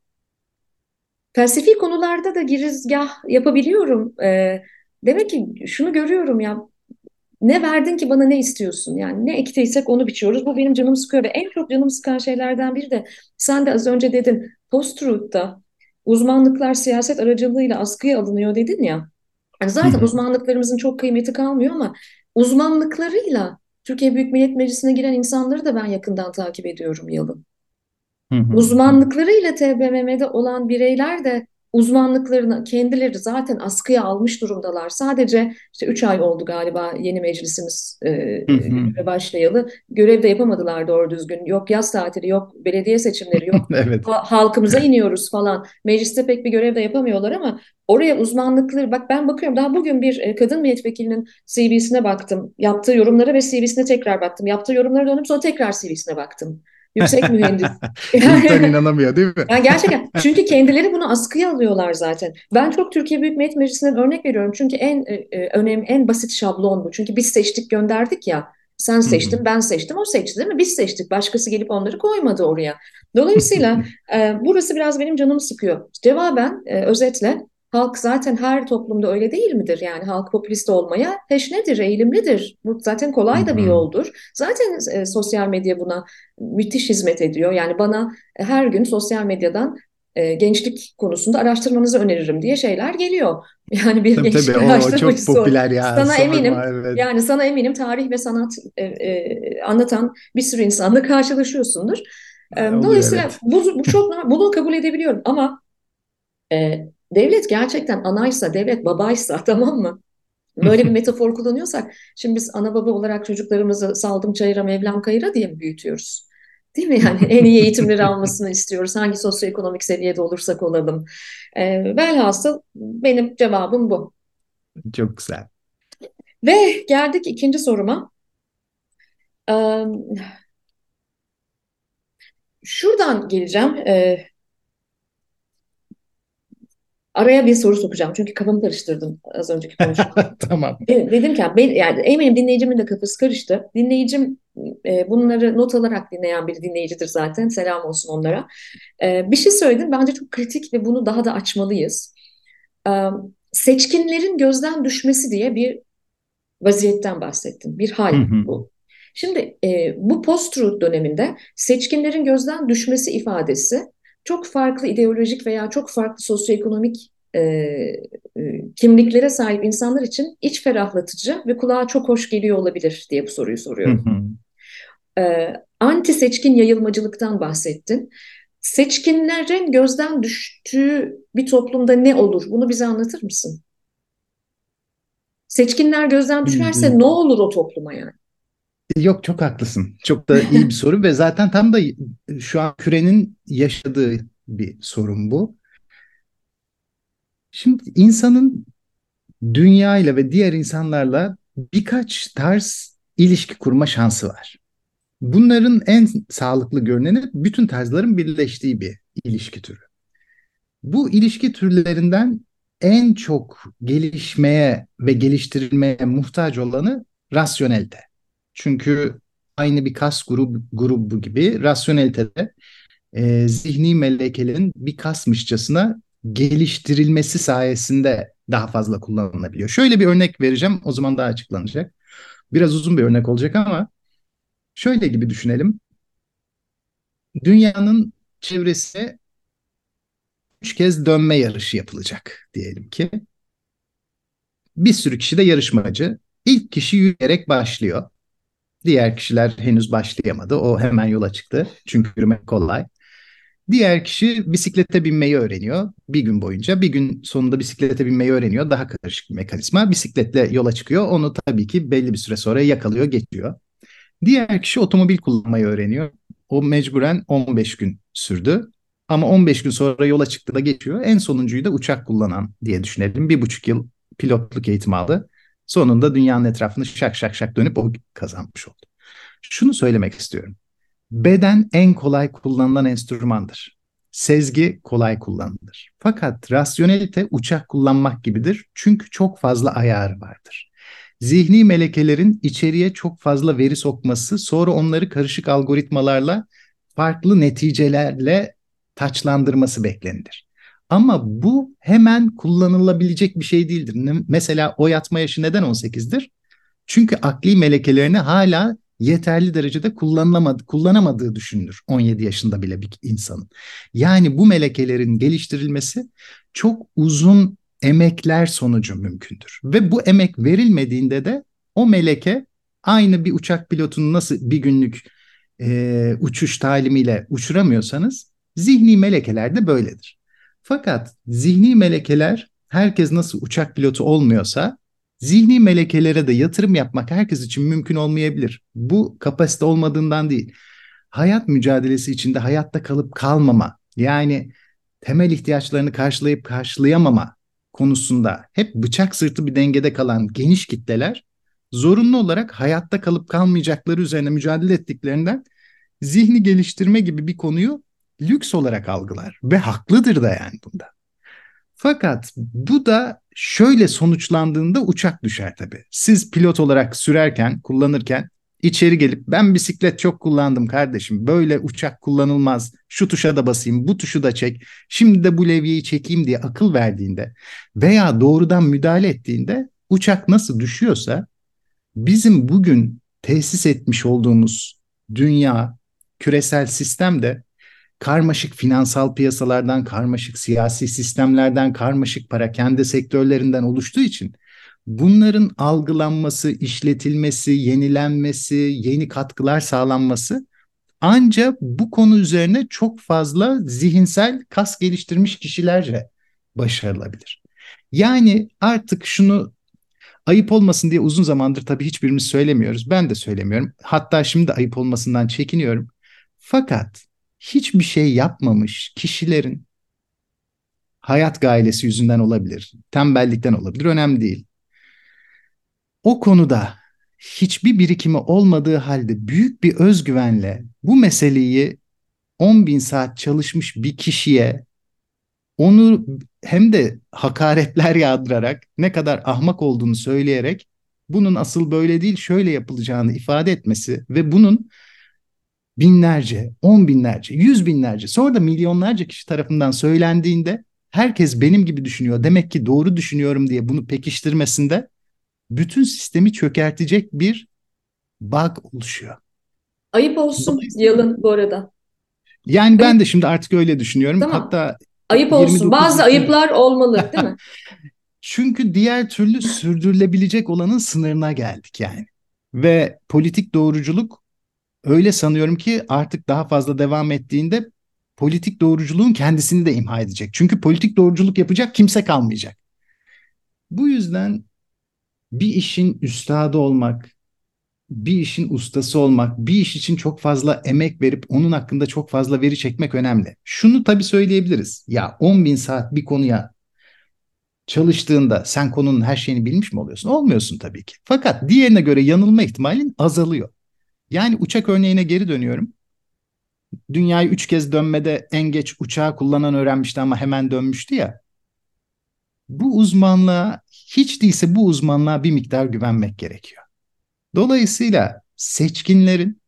Felsefi konularda da girizgah yapabiliyorum. Ee, demek ki şunu görüyorum ya, ne verdin ki bana, ne istiyorsun? Yani ne ektiysek onu biçiyoruz. Bu benim canımı sıkıyor ve en çok canımı sıkan şeylerden biri de, sen de az önce dedin, post-truth'ta uzmanlıklar siyaset aracılığıyla askıya alınıyor dedin ya. Yani Hı zaten hı. uzmanlıklarımızın çok kıymeti kalmıyor ama uzmanlıklarıyla Türkiye Büyük Millet Meclisi'ne giren insanları da ben yakından takip ediyorum Yalın. Hı hı. Hı hı. Uzmanlıklarıyla T B M M'de olan bireyler de uzmanlıklarını kendileri zaten askıya almış durumdalar. Sadece işte üç ay oldu galiba yeni meclisimiz e, Hı e, hı. göreve başlayalı. Görevde yapamadılar doğru düzgün. Yok yaz tatili, yok belediye seçimleri, yok Evet. ha- halkımıza iniyoruz falan. Mecliste pek bir görev de yapamıyorlar ama oraya uzmanlıkları, bak ben bakıyorum, daha bugün bir e, kadın milletvekilinin C V'sine baktım. Yaptığı yorumlara ve C V'sine tekrar baktım. Yaptığı yorumlara dönüp sonra tekrar C V'sine baktım. Yüksek mühendis. İnsan Yani, inanamıyor değil mi? yani gerçekten, çünkü kendileri bunu askıya alıyorlar zaten. Ben çok Türkiye Büyük Millet Meclisi'nden örnek veriyorum. Çünkü en e, e, önemli, en basit şablon bu. Çünkü biz seçtik gönderdik ya. Sen Hı hı. seçtin, ben seçtim, o seçti değil mi? Biz seçtik. Başkası gelip onları koymadı oraya. Dolayısıyla e, burası biraz benim canımı sıkıyor. Cevaben, e, özetle, halk zaten her toplumda öyle değil midir? Yani halk popülist olmaya teşnedir, eğilimlidir. Bu zaten Hı kolay da bir hı. yoldur. Zaten e, sosyal medya buna müthiş hizmet ediyor. Yani bana her gün sosyal medyadan e, gençlik konusunda araştırmanızı öneririm diye şeyler geliyor. Yani bir Tabii tabii gençlik o çok araştırmacısı ol. popüler ya, Sana sorma, eminim, evet. yani sana eminim tarih ve sanat e, e, anlatan bir sürü insanla karşılaşıyorsundur. E, Oluyor, dolayısıyla evet. bu, bu çok, bunu kabul edebiliyorum ama e, devlet gerçekten anaysa, devlet babaysa, tamam mı? Böyle bir metafor kullanıyorsak, şimdi biz ana baba olarak çocuklarımızı saldım çayıra Mevlam kayıra diye mi büyütüyoruz? Değil mi? Yani en iyi eğitimleri almasını istiyoruz. Hangi sosyoekonomik seviyede olursak olalım. Ee, velhasıl benim cevabım bu. Çok güzel. Ve geldik ikinci soruma. Ee, şuradan geleceğim. Ee, araya bir soru sokacağım. Çünkü kafamı karıştırdım az önceki konuşmada. Tamam. De- Dedim ki ben, yani eminim dinleyicimin de kafası karıştı. Dinleyicim e, bunları not alarak dinleyen bir dinleyicidir zaten. Selam olsun onlara. E, bir şey söyledin. Bence çok kritik ve bunu daha da açmalıyız. E, seçkinlerin gözden düşmesi diye bir vaziyetten bahsettin. Bir Hı hal hı. bu. Şimdi e, bu post-truth döneminde seçkinlerin gözden düşmesi ifadesi çok farklı ideolojik veya çok farklı sosyoekonomik e, e, kimliklere sahip insanlar için iç ferahlatıcı ve kulağa çok hoş geliyor olabilir diye bu soruyu Hı soruyorum. hı. E, anti seçkin yayılmacılıktan bahsettin. Seçkinlerin gözden düştüğü bir toplumda ne olur? Bunu bize anlatır mısın? Seçkinler gözden düşerse Şimdi ne olur o topluma yani? yok, çok haklısın. Çok da iyi bir soru ve zaten tam da şu an kürenin yaşadığı bir sorun bu. Şimdi insanın dünya ile ve diğer insanlarla birkaç tarz ilişki kurma şansı var. Bunların en sağlıklı görüneni bütün tarzların birleştiği bir ilişki türü. Bu ilişki türlerinden en çok gelişmeye ve geliştirilmeye muhtaç olanı rasyonelite. Çünkü aynı bir kas grubu, grubu gibi rasyonelitede e, zihni melekelerin bir kasmışçasına geliştirilmesi sayesinde daha fazla kullanılabiliyor. Şöyle bir örnek vereceğim, o zaman daha açıklanacak. Biraz uzun bir örnek olacak ama şöyle gibi düşünelim. Dünyanın çevresine üç kez dönme yarışı yapılacak diyelim ki. Bir sürü kişi de yarışmacı. İlk kişi yürüyerek başlıyor. Diğer kişiler henüz başlayamadı. O hemen yola çıktı. Çünkü yürümek kolay. Diğer kişi bisiklete binmeyi öğreniyor bir gün boyunca. Bir gün sonunda bisiklete binmeyi öğreniyor. Daha karışık bir mekanizma. Bisikletle yola çıkıyor. Onu tabii ki belli bir süre sonra yakalıyor, geçiyor. Diğer kişi otomobil kullanmayı öğreniyor. O mecburen on beş gün sürdü. Ama on beş gün sonra yola çıktığında geçiyor. En sonuncuyu da uçak kullanan diye düşünelim. Bir buçuk yıl pilotluk eğitimi aldı. Sonunda dünyanın etrafını şak şak şak dönüp o kazanmış oldu. Şunu söylemek istiyorum. Beden en kolay kullanılan enstrümandır. Sezgi kolay kullanılır. Fakat rasyonelite uçak kullanmak gibidir. Çünkü çok fazla ayarı vardır. Zihni melekelerin içeriye çok fazla veri sokması, sonra onları karışık algoritmalarla, farklı neticelerle taçlandırması beklenir. Ama bu hemen kullanılabilecek bir şey değildir. Mesela o yatma yaşı neden on sekizdir? Çünkü akli melekelerini hala yeterli derecede kullanılamadı, kullanamadığı düşünülür on yedi yaşında bile bir insanın. Yani bu melekelerin geliştirilmesi çok uzun emekler sonucu mümkündür. Ve bu emek verilmediğinde de o meleke aynı bir uçak pilotunun nasıl bir günlük e, uçuş talimiyle uçuramıyorsanız zihni melekeler de böyledir. Fakat zihni melekeler herkes nasıl uçak pilotu olmuyorsa zihni melekelere de yatırım yapmak herkes için mümkün olmayabilir. Bu kapasite olmadığından değil. Hayat mücadelesi içinde hayatta kalıp kalmama, yani temel ihtiyaçlarını karşılayıp karşılayamama konusunda hep bıçak sırtı bir dengede kalan geniş kitleler zorunlu olarak hayatta kalıp kalmayacakları üzerine mücadele ettiklerinden zihni geliştirme gibi bir konuyu lüks olarak algılar ve haklıdır da yani bunda. Fakat bu da şöyle sonuçlandığında uçak düşer tabii. Siz pilot olarak sürerken, kullanırken içeri gelip ben bisiklet çok kullandım kardeşim, böyle uçak kullanılmaz, şu tuşa da basayım, bu tuşu da çek, şimdi de bu levyeyi çekeyim diye akıl verdiğinde veya doğrudan müdahale ettiğinde uçak nasıl düşüyorsa bizim bugün tesis etmiş olduğumuz dünya, küresel sistem de karmaşık finansal piyasalardan, karmaşık siyasi sistemlerden, karmaşık parakende sektörlerinden oluştuğu için bunların algılanması, işletilmesi, yenilenmesi, yeni katkılar sağlanması ancak bu konu üzerine çok fazla zihinsel kas geliştirmiş kişilerce başarılabilir. Yani artık şunu ayıp olmasın diye uzun zamandır tabii hiçbirimiz söylemiyoruz. Ben de söylemiyorum. Hatta şimdi ayıp olmasından çekiniyorum. Fakat hiçbir şey yapmamış kişilerin hayat gailesi yüzünden olabilir, tembellikten olabilir, önemli değil. O konuda hiçbir birikimi olmadığı halde büyük bir özgüvenle bu meseleyi on bin saat çalışmış bir kişiye onu hem de hakaretler yağdırarak ne kadar ahmak olduğunu söyleyerek bunun asıl böyle değil şöyle yapılacağını ifade etmesi ve bunun binlerce, on binlerce, yüz binlerce, sonra da milyonlarca kişi tarafından söylendiğinde herkes benim gibi düşünüyor, demek ki doğru düşünüyorum diye bunu pekiştirmesinde bütün sistemi çökertecek bir bug oluşuyor. Ayıp olsun Dolayısıyla Yalın bu arada. yani ben Ayıp, de şimdi artık öyle düşünüyorum. tamam. Hatta Ayıp olsun. yirmi dokuz Bazı yaşında. ayıplar olmalı, değil mi? Çünkü diğer türlü sürdürülebilecek olanın sınırına geldik yani. Ve politik doğruculuk öyle sanıyorum ki artık daha fazla devam ettiğinde politik doğruculuğun kendisini de imha edecek. Çünkü politik doğruculuk yapacak kimse kalmayacak. Bu yüzden bir işin üstadı olmak, bir işin ustası olmak, bir iş için çok fazla emek verip onun hakkında çok fazla veri çekmek önemli. Şunu tabii söyleyebiliriz. Ya on bin saat bir konuya çalıştığında sen konunun her şeyini bilmiş mi oluyorsun? Olmuyorsun tabii ki. Fakat diğerine göre yanılma ihtimalin azalıyor. Yani uçak örneğine geri dönüyorum. Dünyayı üç kez dönmede en geç uçağı kullanan öğrenmişti ama hemen dönmüştü ya. Bu uzmanlığa hiç değilse bu uzmanlığa bir miktar güvenmek gerekiyor. Dolayısıyla seçkinlerin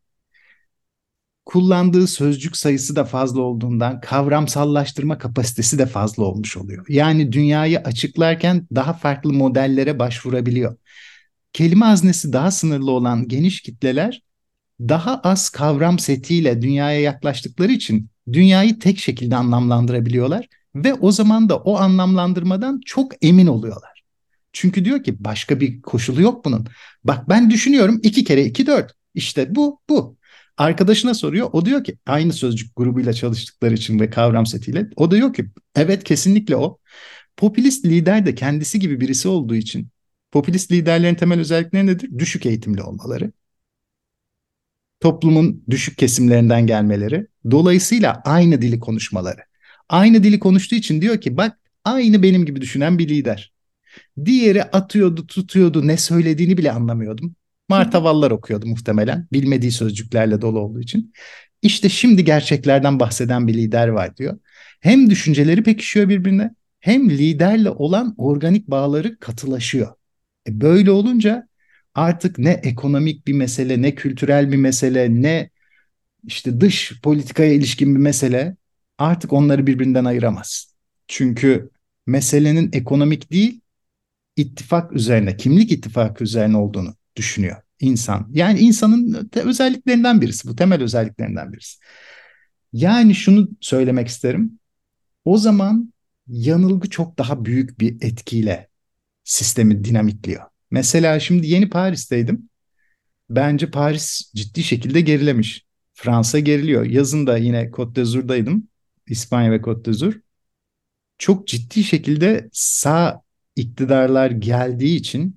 kullandığı sözcük sayısı da fazla olduğundan kavramsallaştırma kapasitesi de fazla olmuş oluyor. Yani dünyayı açıklarken daha farklı modellere başvurabiliyor. Kelime haznesi daha sınırlı olan geniş kitleler daha az kavram setiyle dünyaya yaklaştıkları için dünyayı tek şekilde anlamlandırabiliyorlar ve o zaman da o anlamlandırmadan çok emin oluyorlar. Çünkü diyor ki başka bir koşulu yok bunun. Bak ben düşünüyorum iki kere iki dört. İşte bu, bu. Arkadaşına soruyor. O diyor ki aynı sözcük grubuyla çalıştıkları için ve kavram setiyle. O da diyor ki evet kesinlikle o. Popülist lider de kendisi gibi birisi olduğu için popülist liderlerin temel özellikleri nedir? Düşük eğitimli olmaları, toplumun düşük kesimlerinden gelmeleri, dolayısıyla aynı dili konuşmaları. Aynı dili konuştuğu için diyor ki bak aynı benim gibi düşünen bir lider. Diğeri atıyordu, tutuyordu, ne söylediğini bile anlamıyordum. Martavallar okuyordu muhtemelen, bilmediği sözcüklerle dolu olduğu için. İşte şimdi gerçeklerden bahseden bir lider var diyor. Hem düşünceleri pekişiyor birbirine, hem liderle olan organik bağları katılaşıyor. E böyle olunca artık ne ekonomik bir mesele, ne kültürel bir mesele, ne işte dış politikaya ilişkin bir mesele artık onları birbirinden ayıramaz. Çünkü meselenin ekonomik değil, ittifak üzerine, kimlik ittifakı üzerine olduğunu düşünüyor insan. Yani insanın özelliklerinden birisi, bu temel özelliklerinden birisi. Yani şunu söylemek isterim. O zaman yanılgı çok daha büyük bir etkiyle sistemi dinamitliyor. Mesela şimdi yeni Paris'teydim. Bence Paris ciddi şekilde gerilemiş. Fransa geriliyor. Yazın da yine Côte d'Azur'daydım. İspanya ve Côte d'Azur. Çok ciddi şekilde sağ iktidarlar geldiği için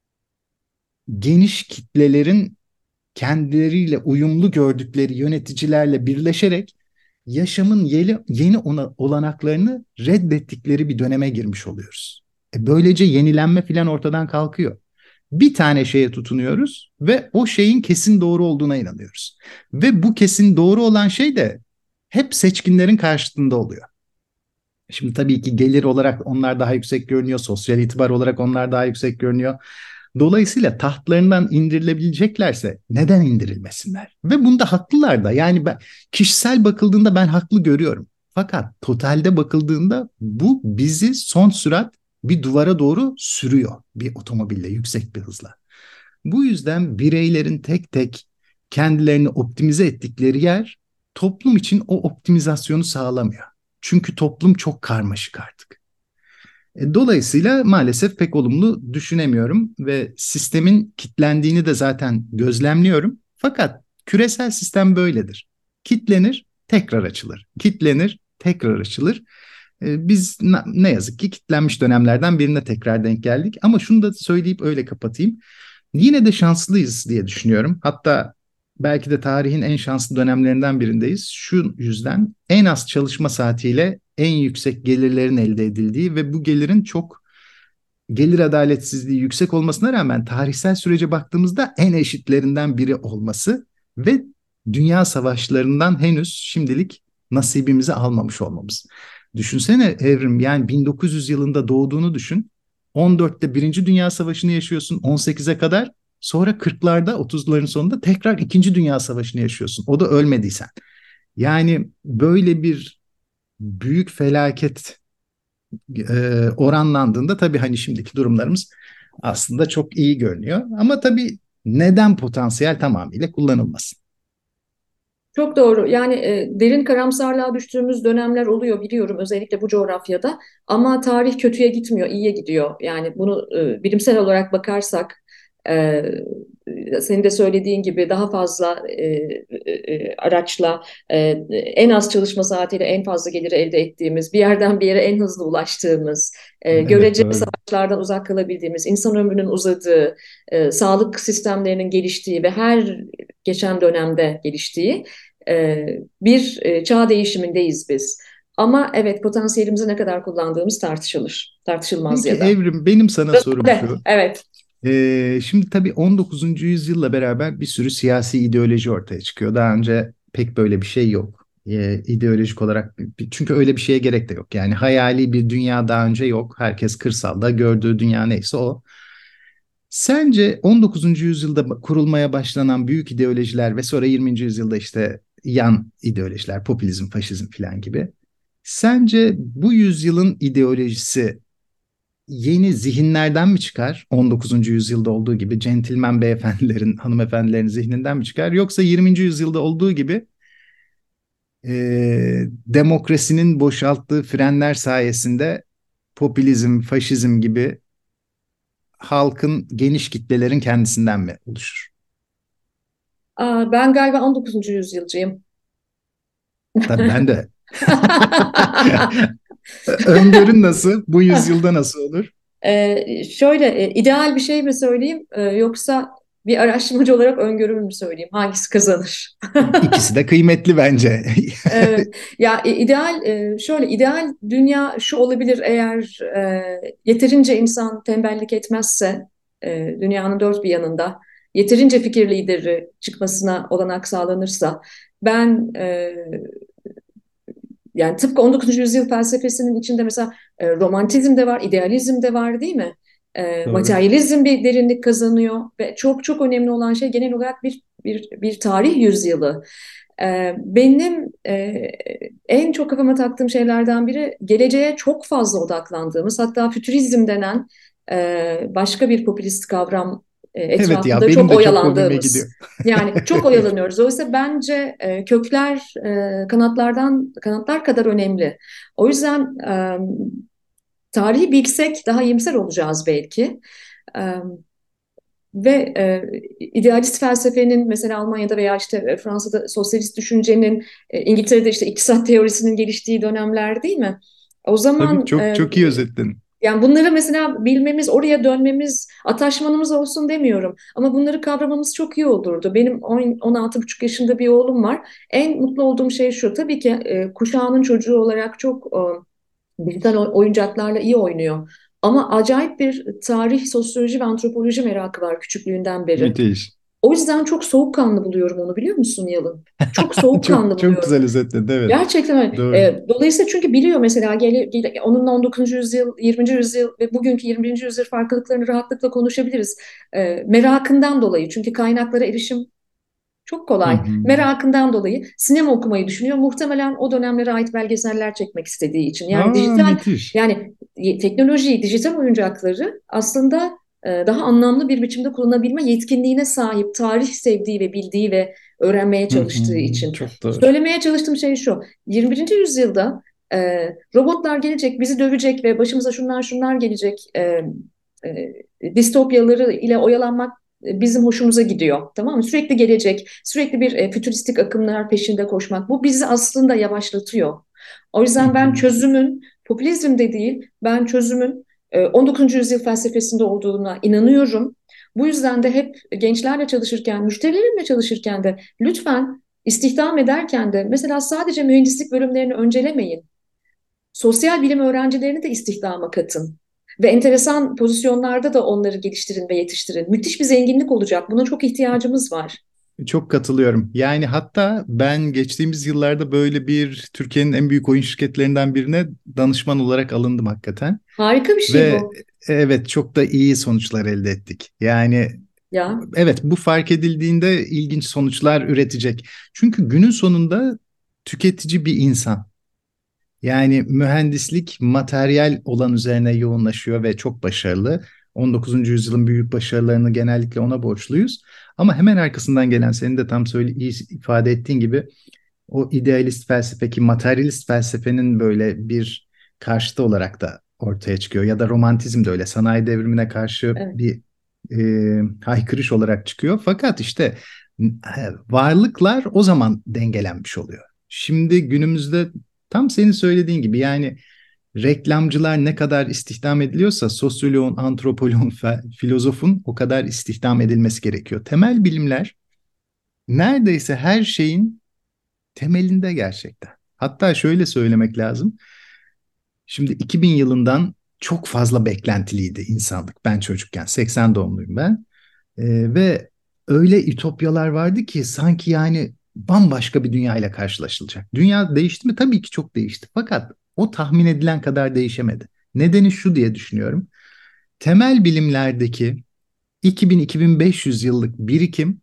geniş kitlelerin kendileriyle uyumlu gördükleri yöneticilerle birleşerek yaşamın yeni, yeni ona, olanaklarını reddettikleri bir döneme girmiş oluyoruz. E böylece yenilenme filan ortadan kalkıyor. Bir tane şeye tutunuyoruz ve o şeyin kesin doğru olduğuna inanıyoruz. Ve bu kesin doğru olan şey de hep seçkinlerin karşısında oluyor. Şimdi tabii ki gelir olarak onlar daha yüksek görünüyor, sosyal itibar olarak onlar daha yüksek görünüyor. Dolayısıyla tahtlarından indirilebileceklerse neden indirilmesinler? Ve bunda haklılar da. Yani ben kişisel bakıldığında ben haklı görüyorum. Fakat totalde bakıldığında bu bizi son sürat bir duvara doğru sürüyor bir otomobille yüksek bir hızla. Bu yüzden bireylerin tek tek kendilerini optimize ettikleri yer toplum için o optimizasyonu sağlamıyor. Çünkü toplum çok karmaşık artık. E, Dolayısıyla maalesef pek olumlu düşünemiyorum ve sistemin kitlendiğini de zaten gözlemliyorum. Fakat küresel sistem böyledir. Kitlenir, tekrar açılır. Kitlenir, tekrar açılır. E, Biz ne yazık ki kitlenmiş dönemlerden birine tekrar denk geldik. Ama şunu da söyleyip öyle kapatayım. Yine de şanslıyız diye düşünüyorum. Hatta belki de tarihin en şanslı dönemlerinden birindeyiz. Şu yüzden en az çalışma saatiyle en yüksek gelirlerin elde edildiği ve bu gelirin çok gelir adaletsizliği yüksek olmasına rağmen tarihsel sürece baktığımızda en eşitlerinden biri olması ve dünya savaşlarından henüz şimdilik nasibimizi almamış olmamız. Düşünsene Evrim, yani bin dokuz yüz yılında doğduğunu düşün. on dörtte Birinci Dünya Savaşı'nı yaşıyorsun on sekize kadar. Sonra kırklarda otuzların sonunda tekrar İkinci Dünya Savaşı'nı yaşıyorsun. O da ölmediysen. Yani böyle bir büyük felaket e, oranlandığında tabii hani şimdiki durumlarımız aslında çok iyi görünüyor. Ama tabii neden potansiyel tamamıyla kullanılmasın? Çok doğru. Yani e, derin karamsarlığa düştüğümüz dönemler oluyor biliyorum özellikle bu coğrafyada. Ama tarih kötüye gitmiyor, iyiye gidiyor. Yani bunu e, bilimsel olarak bakarsak, e, senin de söylediğin gibi daha fazla e, e, e, araçla, e, en az çalışma saatiyle en fazla geliri elde ettiğimiz, bir yerden bir yere en hızlı ulaştığımız, e, Evet, göreceli doğru. savaşlardan uzak kalabildiğimiz, insan ömrünün uzadığı, e, sağlık sistemlerinin geliştiği ve her geçen dönemde geliştiği e, bir e, çağ değişimindeyiz biz. Ama evet, potansiyelimizi ne kadar kullandığımız tartışılır. Tartışılmaz Peki ya da. Evrim, benim sana sorum Evet, şu. evet. Ee, şimdi tabii on dokuzuncu yüzyılla beraber bir sürü siyasi ideoloji ortaya çıkıyor. Daha önce pek böyle bir şey yok. Ee, ideolojik olarak çünkü öyle bir şeye gerek de yok. Yani hayali bir dünya daha önce yok. Herkes kırsalda gördüğü dünya neyse o. Sence on dokuzuncu yüzyılda kurulmaya başlanan büyük ideolojiler ve sonra yirminci yüzyılda işte yan ideolojiler, popülizm, faşizm falan gibi. Sence bu yüzyılın ideolojisi yeni zihinlerden mi çıkar? on dokuzuncu yüzyılda olduğu gibi centilmen beyefendilerin, hanımefendilerin zihninden mi çıkar? Yoksa yirminci yüzyılda olduğu gibi e, demokrasinin boşalttığı frenler sayesinde popülizm, faşizm gibi halkın geniş kitlelerin kendisinden mi oluşur? Aa, ben galiba on dokuzuncu yüzyılcıyım. Tabii ben de. Öngörün nasıl? Bu yüzyılda nasıl olur? Ee, şöyle e, ideal bir şey mi söyleyeyim e, yoksa bir araştırmacı olarak öngörümü mü söyleyeyim? Hangisi kazanır? İkisi de kıymetli bence. Evet. Ya e, ideal e, şöyle ideal dünya şu olabilir eğer e, yeterince insan tembellik etmezse e, dünyanın dört bir yanında yeterince fikir lideri çıkmasına olanak sağlanırsa ben e, yani tıpkı on dokuzuncu yüzyıl felsefesinin içinde mesela e, romantizm de var, idealizm de var değil mi? E, Doğru. materyalizm bir derinlik kazanıyor ve çok çok önemli olan şey genel olarak bir bir, bir tarih yüzyılı. E, benim e, en çok kafama taktığım şeylerden biri geleceğe çok fazla odaklandığımız, hatta fütürizm denen e, başka bir popülist kavram e, Evet ya, etrafında benim çok de çok komiğime gidiyor. oyalandığımız. Yani çok oyalanıyoruz. Oysa bence e, kökler e, kanatlardan kanatlar kadar önemli. O yüzden e, tarihi bilsek daha iyimser olacağız belki. E, ve e, idealist felsefenin mesela Almanya'da veya işte Fransa'da sosyalist düşüncenin, e, İngiltere'de işte iktisat teorisinin geliştiği dönemler değil mi? O Tabii zaman çok e, çok iyi özetledin. yani bunları mesela bilmemiz, oraya dönmemiz, ataşmanımız olsun demiyorum. Ama bunları kavramamız çok iyi olurdu. Benim on altı buçuk yaşında bir oğlum var. En mutlu olduğum şey şu. Tabii ki e, kuşağının çocuğu olarak çok e, dijital oyuncaklarla iyi oynuyor. Ama acayip bir tarih, sosyoloji ve antropoloji merakı var küçüklüğünden beri. Müthiş. O yüzden çok soğukkanlı buluyorum onu, biliyor musun Yalın? Çok soğukkanlı Çok çok buluyorum. güzel özetledin, evet. Gerçekten öyle. Doğru. E, dolayısıyla çünkü biliyor mesela gele, gele, onunla on dokuzuncu yüzyıl, yirminci yüzyıl ve bugünkü yirmi birinci yüzyıl farklılıklarını rahatlıkla konuşabiliriz. E, merakından dolayı, çünkü kaynaklara erişim çok Hı kolay. hı. Merakından dolayı sinema okumayı düşünüyor. Muhtemelen o dönemlere ait belgeseller çekmek istediği için. Yani Aa, dijital, müthiş. yani teknolojiyi, dijital oyuncakları aslında e, daha anlamlı bir biçimde kullanabilme yetkinliğine sahip, tarih sevdiği ve bildiği ve öğrenmeye Hı hı. çalıştığı için. Çok doğru. Söylemeye çalıştığım şey şu: yirmi birinci yüzyılda e, robotlar gelecek, bizi dövecek ve başımıza şunlar şunlar gelecek e, e, distopyaları ile oyalanmak e, bizim hoşumuza gidiyor. Tamam mı? Sürekli gelecek, sürekli bir e, fütüristik akımlar peşinde koşmak. Bu bizi aslında yavaşlatıyor. O Hı yüzden ben hı. çözümün popülizmde değil, ben çözümün e, on dokuzuncu yüzyıl felsefesinde olduğuna inanıyorum. Bu yüzden de hep gençlerle çalışırken, müşterilerimle çalışırken de lütfen istihdam ederken de mesela sadece mühendislik bölümlerini öncelemeyin. Sosyal bilim öğrencilerini de istihdama katın. Ve enteresan pozisyonlarda da onları geliştirin ve yetiştirin. Müthiş bir zenginlik olacak. Buna çok ihtiyacımız var. Çok katılıyorum. Yani hatta ben geçtiğimiz yıllarda böyle bir Türkiye'nin en büyük oyun şirketlerinden birine danışman olarak alındım hakikaten. Harika bir şey Ve bu. evet, çok da iyi sonuçlar elde ettik. Yani Ya, evet, bu fark edildiğinde ilginç sonuçlar üretecek. Çünkü günün sonunda tüketici bir insan. Yani mühendislik materyal olan üzerine yoğunlaşıyor ve çok başarılı. on dokuzuncu yüzyılın büyük başarılarını genellikle ona borçluyuz. Ama hemen arkasından gelen, senin de tam söyle, iyi ifade ettiğin gibi, o idealist felsefe, ki materyalist felsefenin böyle bir karşıtı olarak da ortaya çıkıyor. Ya da romantizm de öyle, sanayi devrimine karşı evet. bir e, haykırış olarak çıkıyor. Fakat işte e, varlıklar o zaman dengelenmiş oluyor. Şimdi günümüzde tam senin söylediğin gibi, yani reklamcılar ne kadar istihdam ediliyorsa sosyoloğun, antropoloğun, fe- filozofun o kadar istihdam edilmesi gerekiyor. Temel bilimler neredeyse her şeyin temelinde gerçekten. Hatta şöyle söylemek lazım. Şimdi iki bin yılından çok fazla beklentiliydi insanlık. Ben çocukken, seksen doğumluyum ben. Ee, ve öyle ütopyalar vardı ki sanki yani bambaşka bir dünya ile karşılaşılacak. Dünya değişti mi? Tabii ki çok değişti. Fakat o tahmin edilen kadar değişemedi. Nedeni şu diye düşünüyorum. Temel bilimlerdeki iki bin-iki bin beş yüz yıllık birikim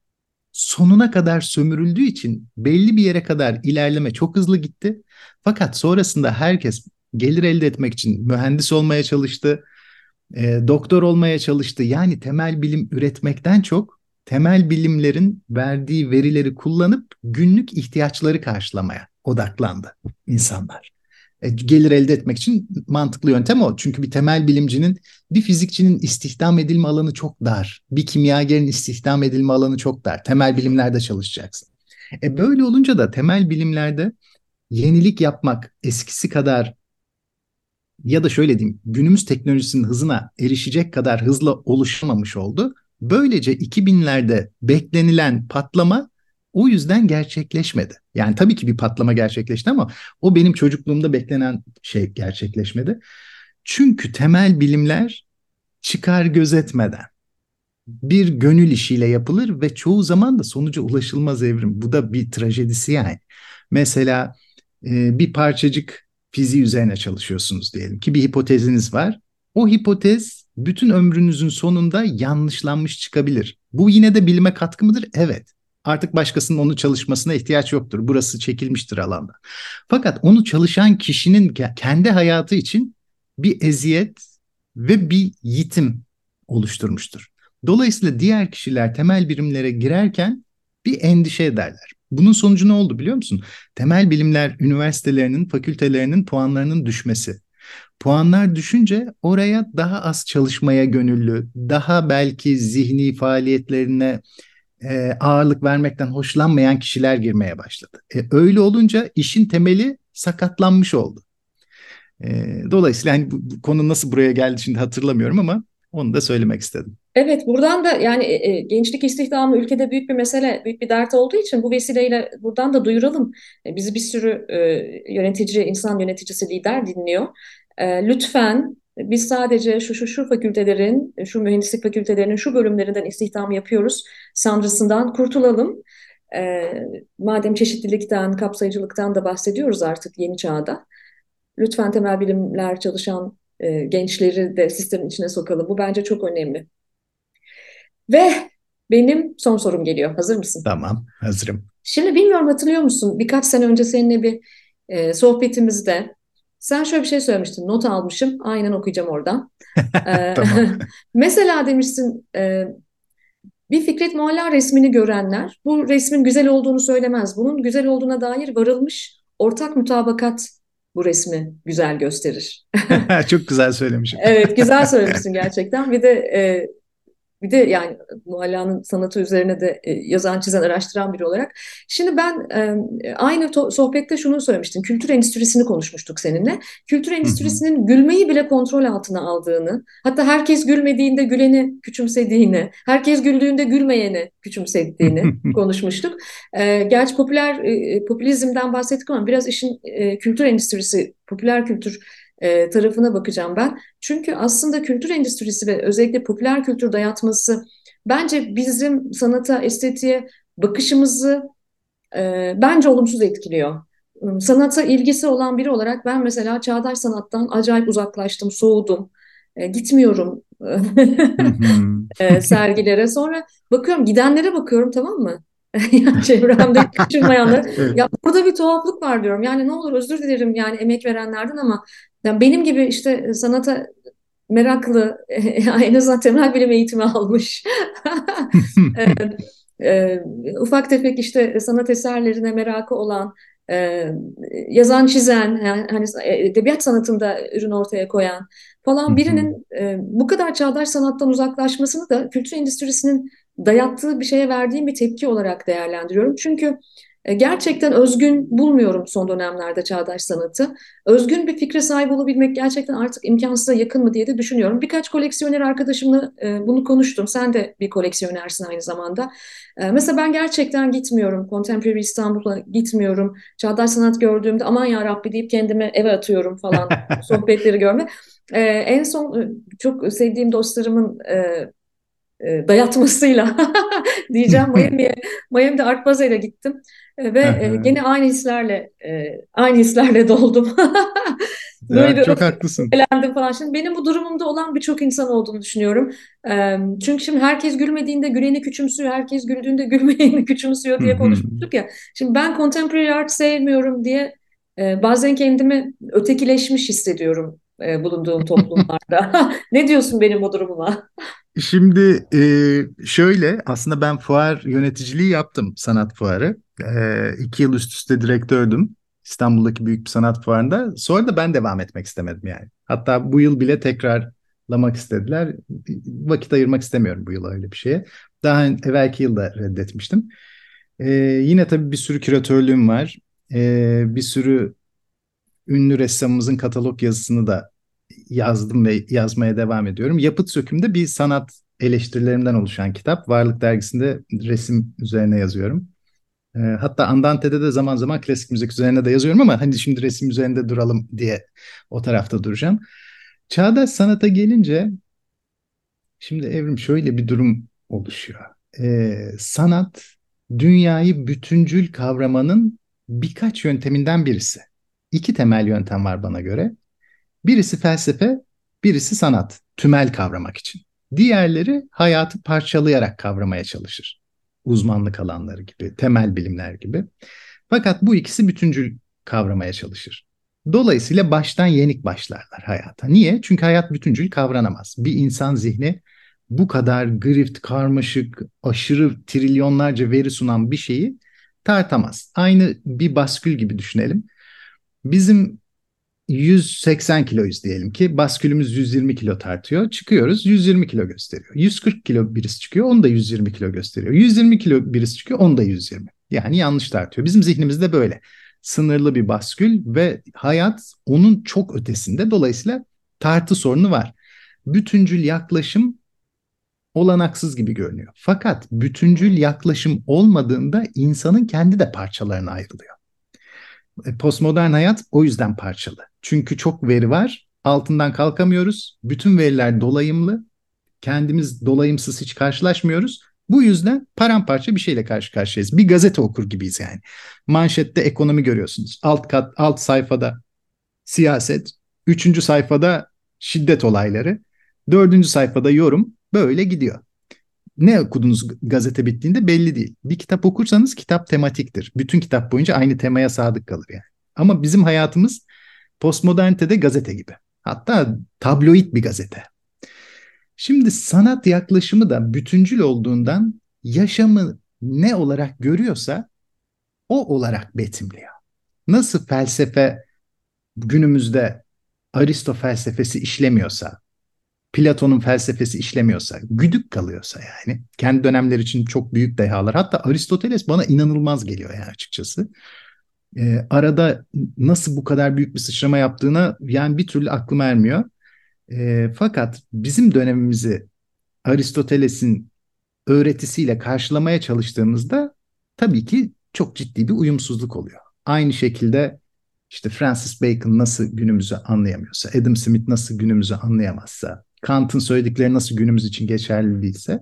sonuna kadar sömürüldüğü için belli bir yere kadar ilerleme çok hızlı gitti. Fakat sonrasında herkes gelir elde etmek için mühendis olmaya çalıştı, e, doktor olmaya çalıştı. Yani temel bilim üretmekten çok temel bilimlerin verdiği verileri kullanıp günlük ihtiyaçları karşılamaya odaklandı insanlar. E, gelir elde etmek için mantıklı yöntem o. Çünkü bir temel bilimcinin, bir fizikçinin istihdam edilme alanı çok dar. Bir kimyagerin istihdam edilme alanı çok dar. Temel bilimlerde çalışacaksın. E böyle olunca da temel bilimlerde yenilik yapmak eskisi kadar, ya da şöyle diyeyim, günümüz teknolojisinin hızına erişecek kadar hızlı oluşamamış oldu. Böylece iki binlerde beklenilen patlama o yüzden gerçekleşmedi. Yani tabii ki bir patlama gerçekleşti ama o benim çocukluğumda beklenen şey gerçekleşmedi. Çünkü temel bilimler çıkar gözetmeden bir gönül işiyle yapılır ve çoğu zaman da sonuca ulaşılmaz Evrim. Bu da bir trajedisi yani. Mesela e, bir parçacık fiziği üzerine çalışıyorsunuz diyelim ki, bir hipoteziniz var. O hipotez bütün ömrünüzün sonunda yanlışlanmış çıkabilir. Bu yine de bilime katkı mıdır? Evet. Artık başkasının onu çalışmasına ihtiyaç yoktur. Burası çekilmiştir alanda. Fakat onu çalışan kişinin kendi hayatı için bir eziyet ve bir yitim oluşturmuştur. Dolayısıyla diğer kişiler temel bilimlere girerken bir endişe ederler. Bunun sonucu ne oldu biliyor musun? Temel bilimler üniversitelerinin, fakültelerinin puanlarının düşmesi. Puanlar düşünce oraya daha az çalışmaya gönüllü, daha belki zihni faaliyetlerine e, ağırlık vermekten hoşlanmayan kişiler girmeye başladı. E, öyle olunca işin temeli sakatlanmış oldu. E, dolayısıyla hani bu, bu konu nasıl buraya geldi şimdi hatırlamıyorum ama onu da söylemek istedim. Evet, buradan da yani e, e, gençlik istihdamı ülkede büyük bir mesele, büyük bir dert olduğu için bu vesileyle buradan da duyuralım. E, bizi bir sürü e, yönetici, insan yöneticisi, lider dinliyor. E, lütfen biz sadece şu şu şu fakültelerin, şu mühendislik fakültelerinin şu bölümlerinden istihdam yapıyoruz sanrısından kurtulalım. E, Madem çeşitlilikten, kapsayıcılıktan da bahsediyoruz artık yeni çağda. Lütfen temel bilimler çalışan e, gençleri de sistemin içine sokalım. Bu bence çok önemli. Ve benim son sorum geliyor. Hazır mısın? Tamam, hazırım. Şimdi bilmiyorum, hatırlıyor musun? Birkaç sene önce seninle bir e, sohbetimizde sen şöyle bir şey söylemiştin. Not almışım. Aynen okuyacağım oradan. E, Tamam. Mesela demiştin, e, bir Fikret Mualla resmini görenler bu resmin güzel olduğunu söylemez. Bunun güzel olduğuna dair varılmış ortak mutabakat bu resmi güzel gösterir. Çok güzel söylemişim. Evet, güzel söylemişsin gerçekten. Bir de e, Bir de yani Muhalla'nın sanatı üzerine de e, yazan, çizen, araştıran biri olarak. Şimdi ben e, aynı to- sohbette şunu söylemiştim. Kültür endüstrisini konuşmuştuk seninle. Kültür Hı hı. endüstrisinin gülmeyi bile kontrol altına aldığını, hatta herkes gülmediğinde güleni küçümsediğini, herkes güldüğünde gülmeyeni küçümsediğini konuşmuştuk. E, gerçi popüler e, popülizmden bahsettik ama biraz işin e, kültür endüstrisi, popüler kültür e, tarafına bakacağım ben. Çünkü aslında kültür endüstrisi ve özellikle popüler kültür dayatması bence bizim sanata, estetiğe bakışımızı e, bence olumsuz etkiliyor. Sanata ilgisi olan biri olarak ben mesela çağdaş sanattan acayip uzaklaştım, soğudum. E, gitmiyorum Hı hı. e, sergilere. Sonra bakıyorum, gidenlere bakıyorum, tamam mı? Yani çevremde kaçınmayanlar. Evet. Ya burada bir tuhaflık var diyorum. Yani ne olur özür dilerim yani emek verenlerden ama yani benim gibi işte sanata meraklı, en azından temel bilim eğitimi almış, e, e, ufak tefek işte sanat eserlerine merakı olan, e, yazan, çizen, yani hani edebiyat sanatında ürün ortaya koyan Hı falan hı. birinin e, bu kadar çağdaş sanattan uzaklaşmasını da kültür endüstrisinin dayattığı bir şeye verdiğim bir tepki olarak değerlendiriyorum. Çünkü e, gerçekten özgün bulmuyorum son dönemlerde çağdaş sanatı. Özgün bir fikre sahip olabilmek gerçekten artık imkansıza yakın mı diye de düşünüyorum. Birkaç koleksiyoner arkadaşımla e, bunu konuştum. Sen de bir koleksiyonersin aynı zamanda. E, mesela ben gerçekten gitmiyorum. Contemporary İstanbul'a gitmiyorum. Çağdaş sanat gördüğümde aman ya Rabbi deyip kendimi eve atıyorum falan, sohbetleri görme. E, en son e, çok sevdiğim dostlarımın e, e, dayatmasıyla diyeceğim, Miami'ye, Miami'de Art Basel'e gittim. E, ve e, Aha. gene aynı hislerle e, aynı hislerle doldum. Böyle Ya, bir çok haklısın. öfkelendim falan. Şimdi benim bu durumumda olan birçok insan olduğunu düşünüyorum. E, çünkü şimdi herkes gülmediğinde güleni küçümsüyor, herkes güldüğünde gülmeyeni küçümsüyor Hı diye hı. konuşmuştuk ya. Şimdi ben contemporary art sevmiyorum diye e, bazen kendimi ötekileşmiş hissediyorum e, bulunduğum toplumlarda. Ne diyorsun benim bu durumuma? Şimdi e, şöyle, aslında ben fuar yöneticiliği yaptım, sanat fuarı. E, iki yıl üst üste direktördüm. İstanbul'daki büyük bir sanat fuarında. Sonra da ben devam etmek istemedim yani. Hatta bu yıl bile tekrarlamak istediler. Vakit ayırmak istemiyorum bu yıl öyle bir şeye. Daha evvelki yılda reddetmiştim. Ee, yine tabii bir sürü küratörlüğüm var. Ee, bir sürü ünlü ressamımızın katalog yazısını da yazdım ve yazmaya devam ediyorum. Yapıt Söküm'de bir sanat eleştirilerimden oluşan kitap. Varlık Dergisi'nde resim üzerine yazıyorum. Ee, hatta Andante'de de zaman zaman klasik müzik üzerine de yazıyorum ama hani şimdi resim üzerinde duralım diye o tarafta duracağım. Çağdaş sanata gelince şimdi Evrim şöyle bir durum oluşuyor. Ee, sanat dünyayı bütüncül kavramanın birkaç yönteminden birisi. İki temel yöntem var bana göre. Birisi felsefe, birisi sanat, tümel kavramak için. Diğerleri hayatı parçalayarak kavramaya çalışır. Uzmanlık alanları gibi, temel bilimler gibi. Fakat bu ikisi bütüncül kavramaya çalışır. Dolayısıyla baştan yenik başlarlar hayata. Niye? Çünkü hayat bütüncül kavranamaz. Bir insan zihni bu kadar girift, karmaşık, aşırı trilyonlarca veri sunan bir şeyi tartamaz. Aynı bir baskül gibi düşünelim. Bizim yüz seksen kiloyuz diyelim ki baskülümüz yüz yirmi kilo tartıyor. Çıkıyoruz yüz yirmi kilo gösteriyor. yüz kırk kilo birisi çıkıyor onu da yüz yirmi kilo gösteriyor. yüz yirmi kilo birisi çıkıyor onu da yüz yirmi. Yani yanlış tartıyor. Bizim zihnimizde böyle sınırlı bir baskül ve hayat onun çok ötesinde. Dolayısıyla tartı sorunu var. Bütüncül yaklaşım olanaksız gibi görünüyor. Fakat bütüncül yaklaşım olmadığında insanın kendi de parçalarına ayrılıyor. Postmodern hayat o yüzden parçalı. Çünkü çok veri var, altından kalkamıyoruz. Bütün veriler dolayımlı. Kendimiz dolayımsız hiç karşılaşmıyoruz. Bu yüzden paramparça bir şeyle karşı karşıyayız. Bir gazete okur gibiyiz yani. Manşette ekonomi görüyorsunuz. Alt kat, alt sayfada siyaset, üçüncü sayfada şiddet olayları, dördüncü sayfada yorum. Böyle gidiyor. Ne okudunuz gazete bittiğinde belli değil. Bir kitap okursanız kitap tematiktir. Bütün kitap boyunca aynı temaya sadık kalır yani. Ama bizim hayatımız postmodernitede gazete gibi. Hatta tabloid bir gazete. Şimdi sanat yaklaşımı da bütüncül olduğundan yaşamı ne olarak görüyorsa o olarak betimliyor. Nasıl felsefe günümüzde Aristo felsefesi işlemiyorsa, Platon'un felsefesi işlemiyorsa, güdük kalıyorsa yani kendi dönemleri için çok büyük dehalar. Hatta Aristoteles bana inanılmaz geliyor yani açıkçası. Ee, arada nasıl bu kadar büyük bir sıçrama yaptığına yani bir türlü aklım ermiyor. Ee, fakat bizim dönemimizi Aristoteles'in öğretisiyle karşılamaya çalıştığımızda tabii ki çok ciddi bir uyumsuzluk oluyor. Aynı şekilde işte Francis Bacon nasıl günümüzü anlayamıyorsa, Adam Smith nasıl günümüzü anlayamazsa, Kant'ın söyledikleri nasıl günümüz için geçerli değilse,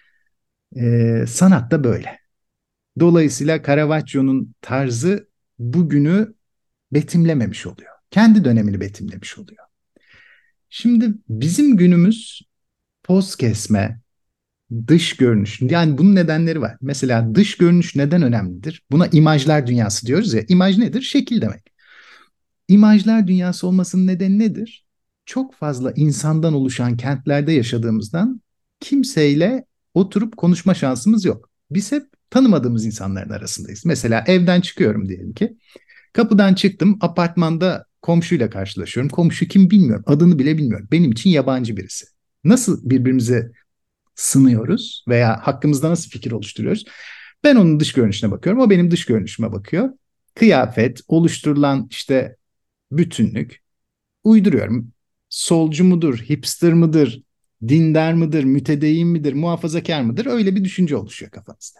e, sanat da böyle. Dolayısıyla Caravaggio'nun tarzı bugünü betimlememiş oluyor. Kendi dönemini betimlemiş oluyor. Şimdi bizim günümüz poz kesme, dış görünüş. Yani bunun nedenleri var. Mesela dış görünüş neden önemlidir? Buna imajlar dünyası diyoruz ya. İmaj nedir? Şekil demek. İmajlar dünyası olmasının nedeni nedir? Çok fazla insandan oluşan kentlerde yaşadığımızdan kimseyle oturup konuşma şansımız yok. Biz hep tanımadığımız insanların arasındayız. Mesela evden çıkıyorum diyelim ki. Kapıdan çıktım, apartmanda komşuyla karşılaşıyorum. Komşu kim bilmiyorum, adını bile bilmiyorum. Benim için yabancı birisi. Nasıl birbirimize sınıyoruz veya hakkımızda nasıl fikir oluşturuyoruz? Ben onun dış görünüşüne bakıyorum, o benim dış görünüşüme bakıyor. Kıyafet, oluşturulan işte bütünlük, uyduruyorum. Solcu mudur, hipster mıdır, dindar mıdır, mütedeyyin midir, muhafazakar mıdır? Öyle bir düşünce oluşuyor kafanızda.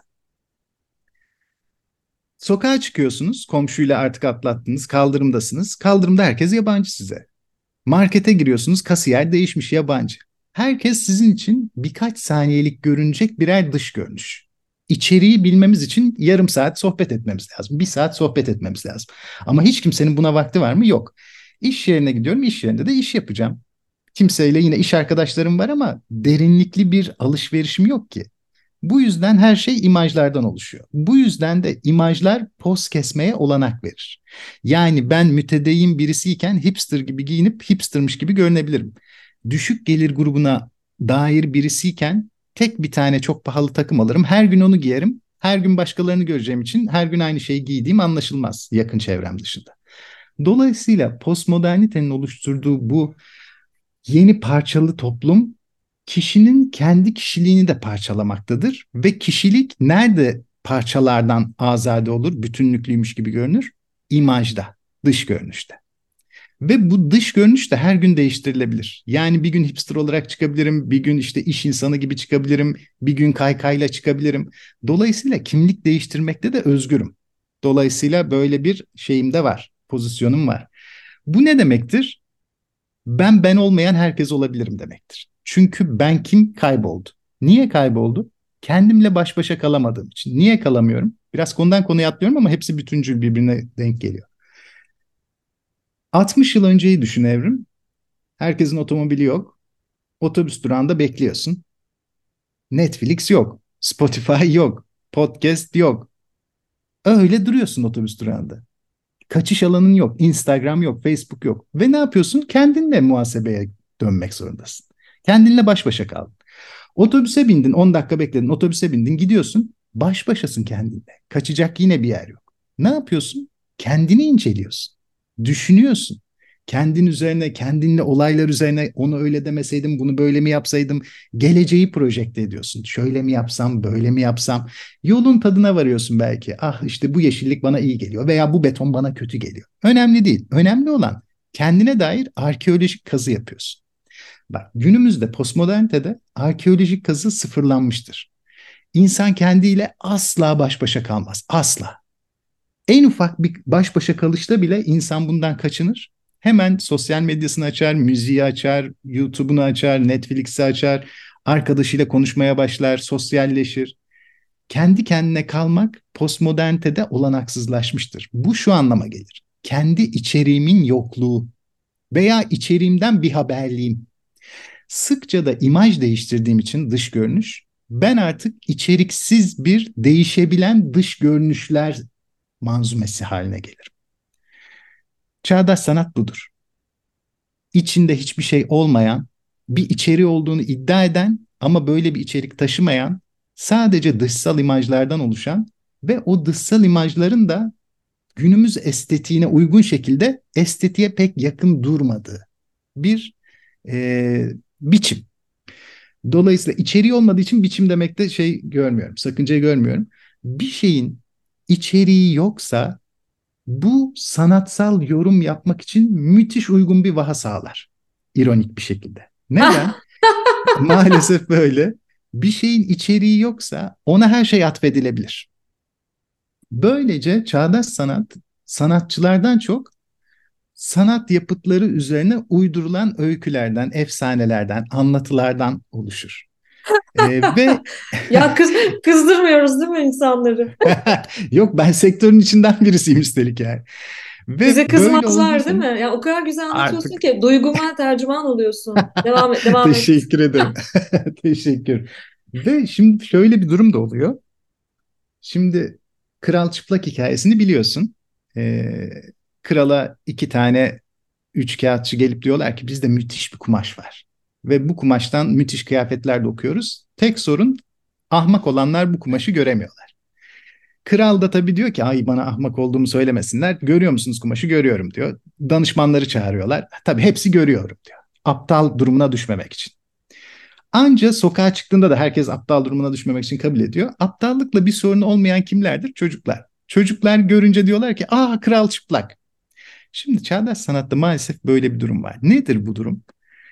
Sokağa çıkıyorsunuz, komşuyla artık atlattınız, kaldırımdasınız. Kaldırımda herkes yabancı size. Markete giriyorsunuz, kasiyer değişmiş, yabancı. Herkes sizin için birkaç saniyelik görünecek birer dış görünüş. İçeriği bilmemiz için yarım saat sohbet etmemiz lazım. Bir saat sohbet etmemiz lazım. Ama hiç kimsenin buna vakti var mı? Yok. İş yerine gidiyorum, iş yerinde de iş yapacağım. Kimseyle yine iş arkadaşlarım var ama derinlikli bir alışverişim yok ki. Bu yüzden her şey imajlardan oluşuyor. Bu yüzden de imajlar poz kesmeye olanak verir. Yani ben mütedeyyin birisiyken hipster gibi giyinip hipstermiş gibi görünebilirim. Düşük gelir grubuna dair birisiyken tek bir tane çok pahalı takım alırım. Her gün onu giyerim. Her gün başkalarını göreceğim için her gün aynı şeyi giydiğim anlaşılmaz yakın çevrem dışında. Dolayısıyla postmodernitenin oluşturduğu bu yeni parçalı toplum kişinin kendi kişiliğini de parçalamaktadır ve kişilik nerede parçalardan azade olur, bütünlüklüymüş gibi görünür? İmajda, dış görünüşte. Ve bu dış görünüş de her gün değiştirilebilir. Yani bir gün hipster olarak çıkabilirim, bir gün işte iş insanı gibi çıkabilirim, bir gün kaykayla çıkabilirim. Dolayısıyla kimlik değiştirmekte de özgürüm. Dolayısıyla böyle bir şeyim de var, pozisyonum var. Bu ne demektir? Ben ben olmayan herkes olabilirim demektir. Çünkü ben kim kayboldu. Niye kayboldu? Kendimle baş başa kalamadığım için. Niye kalamıyorum? Biraz konudan konuya atlıyorum ama hepsi bütüncül birbirine denk geliyor. altmış yıl önceyi düşün Evrim. Herkesin otomobili yok. Otobüs durağında bekliyorsun. Netflix yok. Spotify yok. Podcast yok. Öyle duruyorsun otobüs durağında. Kaçış alanın yok. Instagram yok. Facebook yok. Ve ne yapıyorsun? Kendinle muhasebeye dönmek zorundasın. Kendinle baş başa kaldın. Otobüse bindin. on dakika bekledin. Otobüse bindin. Gidiyorsun. Baş başasın kendinle. Kaçacak yine bir yer yok. Ne yapıyorsun? Kendini inceliyorsun. Düşünüyorsun. Kendin üzerine, kendinle olaylar üzerine onu öyle demeseydim, bunu böyle mi yapsaydım? Geleceği projekte ediyorsun. Şöyle mi yapsam, böyle mi yapsam? Yolun tadına varıyorsun belki. Ah işte bu yeşillik bana iyi geliyor veya bu beton bana kötü geliyor. Önemli değil. Önemli olan kendine dair arkeolojik kazı yapıyorsun. Bak günümüzde postmodernitede arkeolojik kazı sıfırlanmıştır. İnsan kendiyle asla baş başa kalmaz. Asla. En ufak bir baş başa kalışta bile insan bundan kaçınır. Hemen sosyal medyasını açar, müziği açar, YouTube'unu açar, Netflix'i açar, arkadaşıyla konuşmaya başlar, sosyalleşir. Kendi kendine kalmak postmodernitede olanaksızlaşmıştır. Bu şu anlama gelir. Kendi içeriğimin yokluğu veya içeriğimden bir haberliğim. Sıkça da imaj değiştirdiğim için dış görünüş, ben artık içeriksiz bir değişebilen dış görünüşler manzumesi haline gelirim. Çağdaş sanat budur. İçinde hiçbir şey olmayan, bir içeriği olduğunu iddia eden ama böyle bir içerik taşımayan, sadece dışsal imajlardan oluşan ve o dışsal imajların da günümüz estetiğine uygun şekilde estetiğe pek yakın durmadığı bir e, biçim. Dolayısıyla içeriği olmadığı için biçim demekte şey görmüyorum, sakıncayı görmüyorum. Bir şeyin içeriği yoksa bu sanatsal yorum yapmak için müthiş uygun bir vaha sağlar. İronik bir şekilde. Neden? Maalesef böyle. Bir şeyin içeriği yoksa ona her şey atfedilebilir. Böylece çağdaş sanat sanatçılardan çok sanat yapıtları üzerine uydurulan öykülerden, efsanelerden, anlatılardan oluşur. Ee, ve Ya kız, kızdırmıyoruz değil mi insanları? yok ben sektörün içinden birisiyim üstelik yani. Ve Bize böyle olduğu kızmazlar değil zaman mi? Ya o kadar güzel anlatıyorsun artık ki duyguma tercüman oluyorsun. Devam et, devam et. teşekkür ederim. Teşekkür. Ve şimdi şöyle bir durum da oluyor. Şimdi Kral Çıplak hikayesini biliyorsun. Ee, krala iki tane üçkağıtçı gelip diyorlar ki bizde müthiş bir kumaş var. Ve bu kumaştan müthiş kıyafetler dokuyoruz. Tek sorun ahmak olanlar bu kumaşı göremiyorlar. Kral da tabii diyor ki ay bana ahmak olduğumu söylemesinler. Görüyor musunuz kumaşı? Görüyorum diyor. Danışmanları çağırıyorlar. Tabii hepsi görüyorum diyor. Aptal durumuna düşmemek için. Anca sokağa çıktığında da herkes aptal durumuna düşmemek için kabul ediyor. Aptallıkla bir sorun olmayan kimlerdir? Çocuklar. Çocuklar görünce diyorlar ki aa kral çıplak. Şimdi çağdaş sanatta maalesef böyle bir durum var. Nedir bu durum?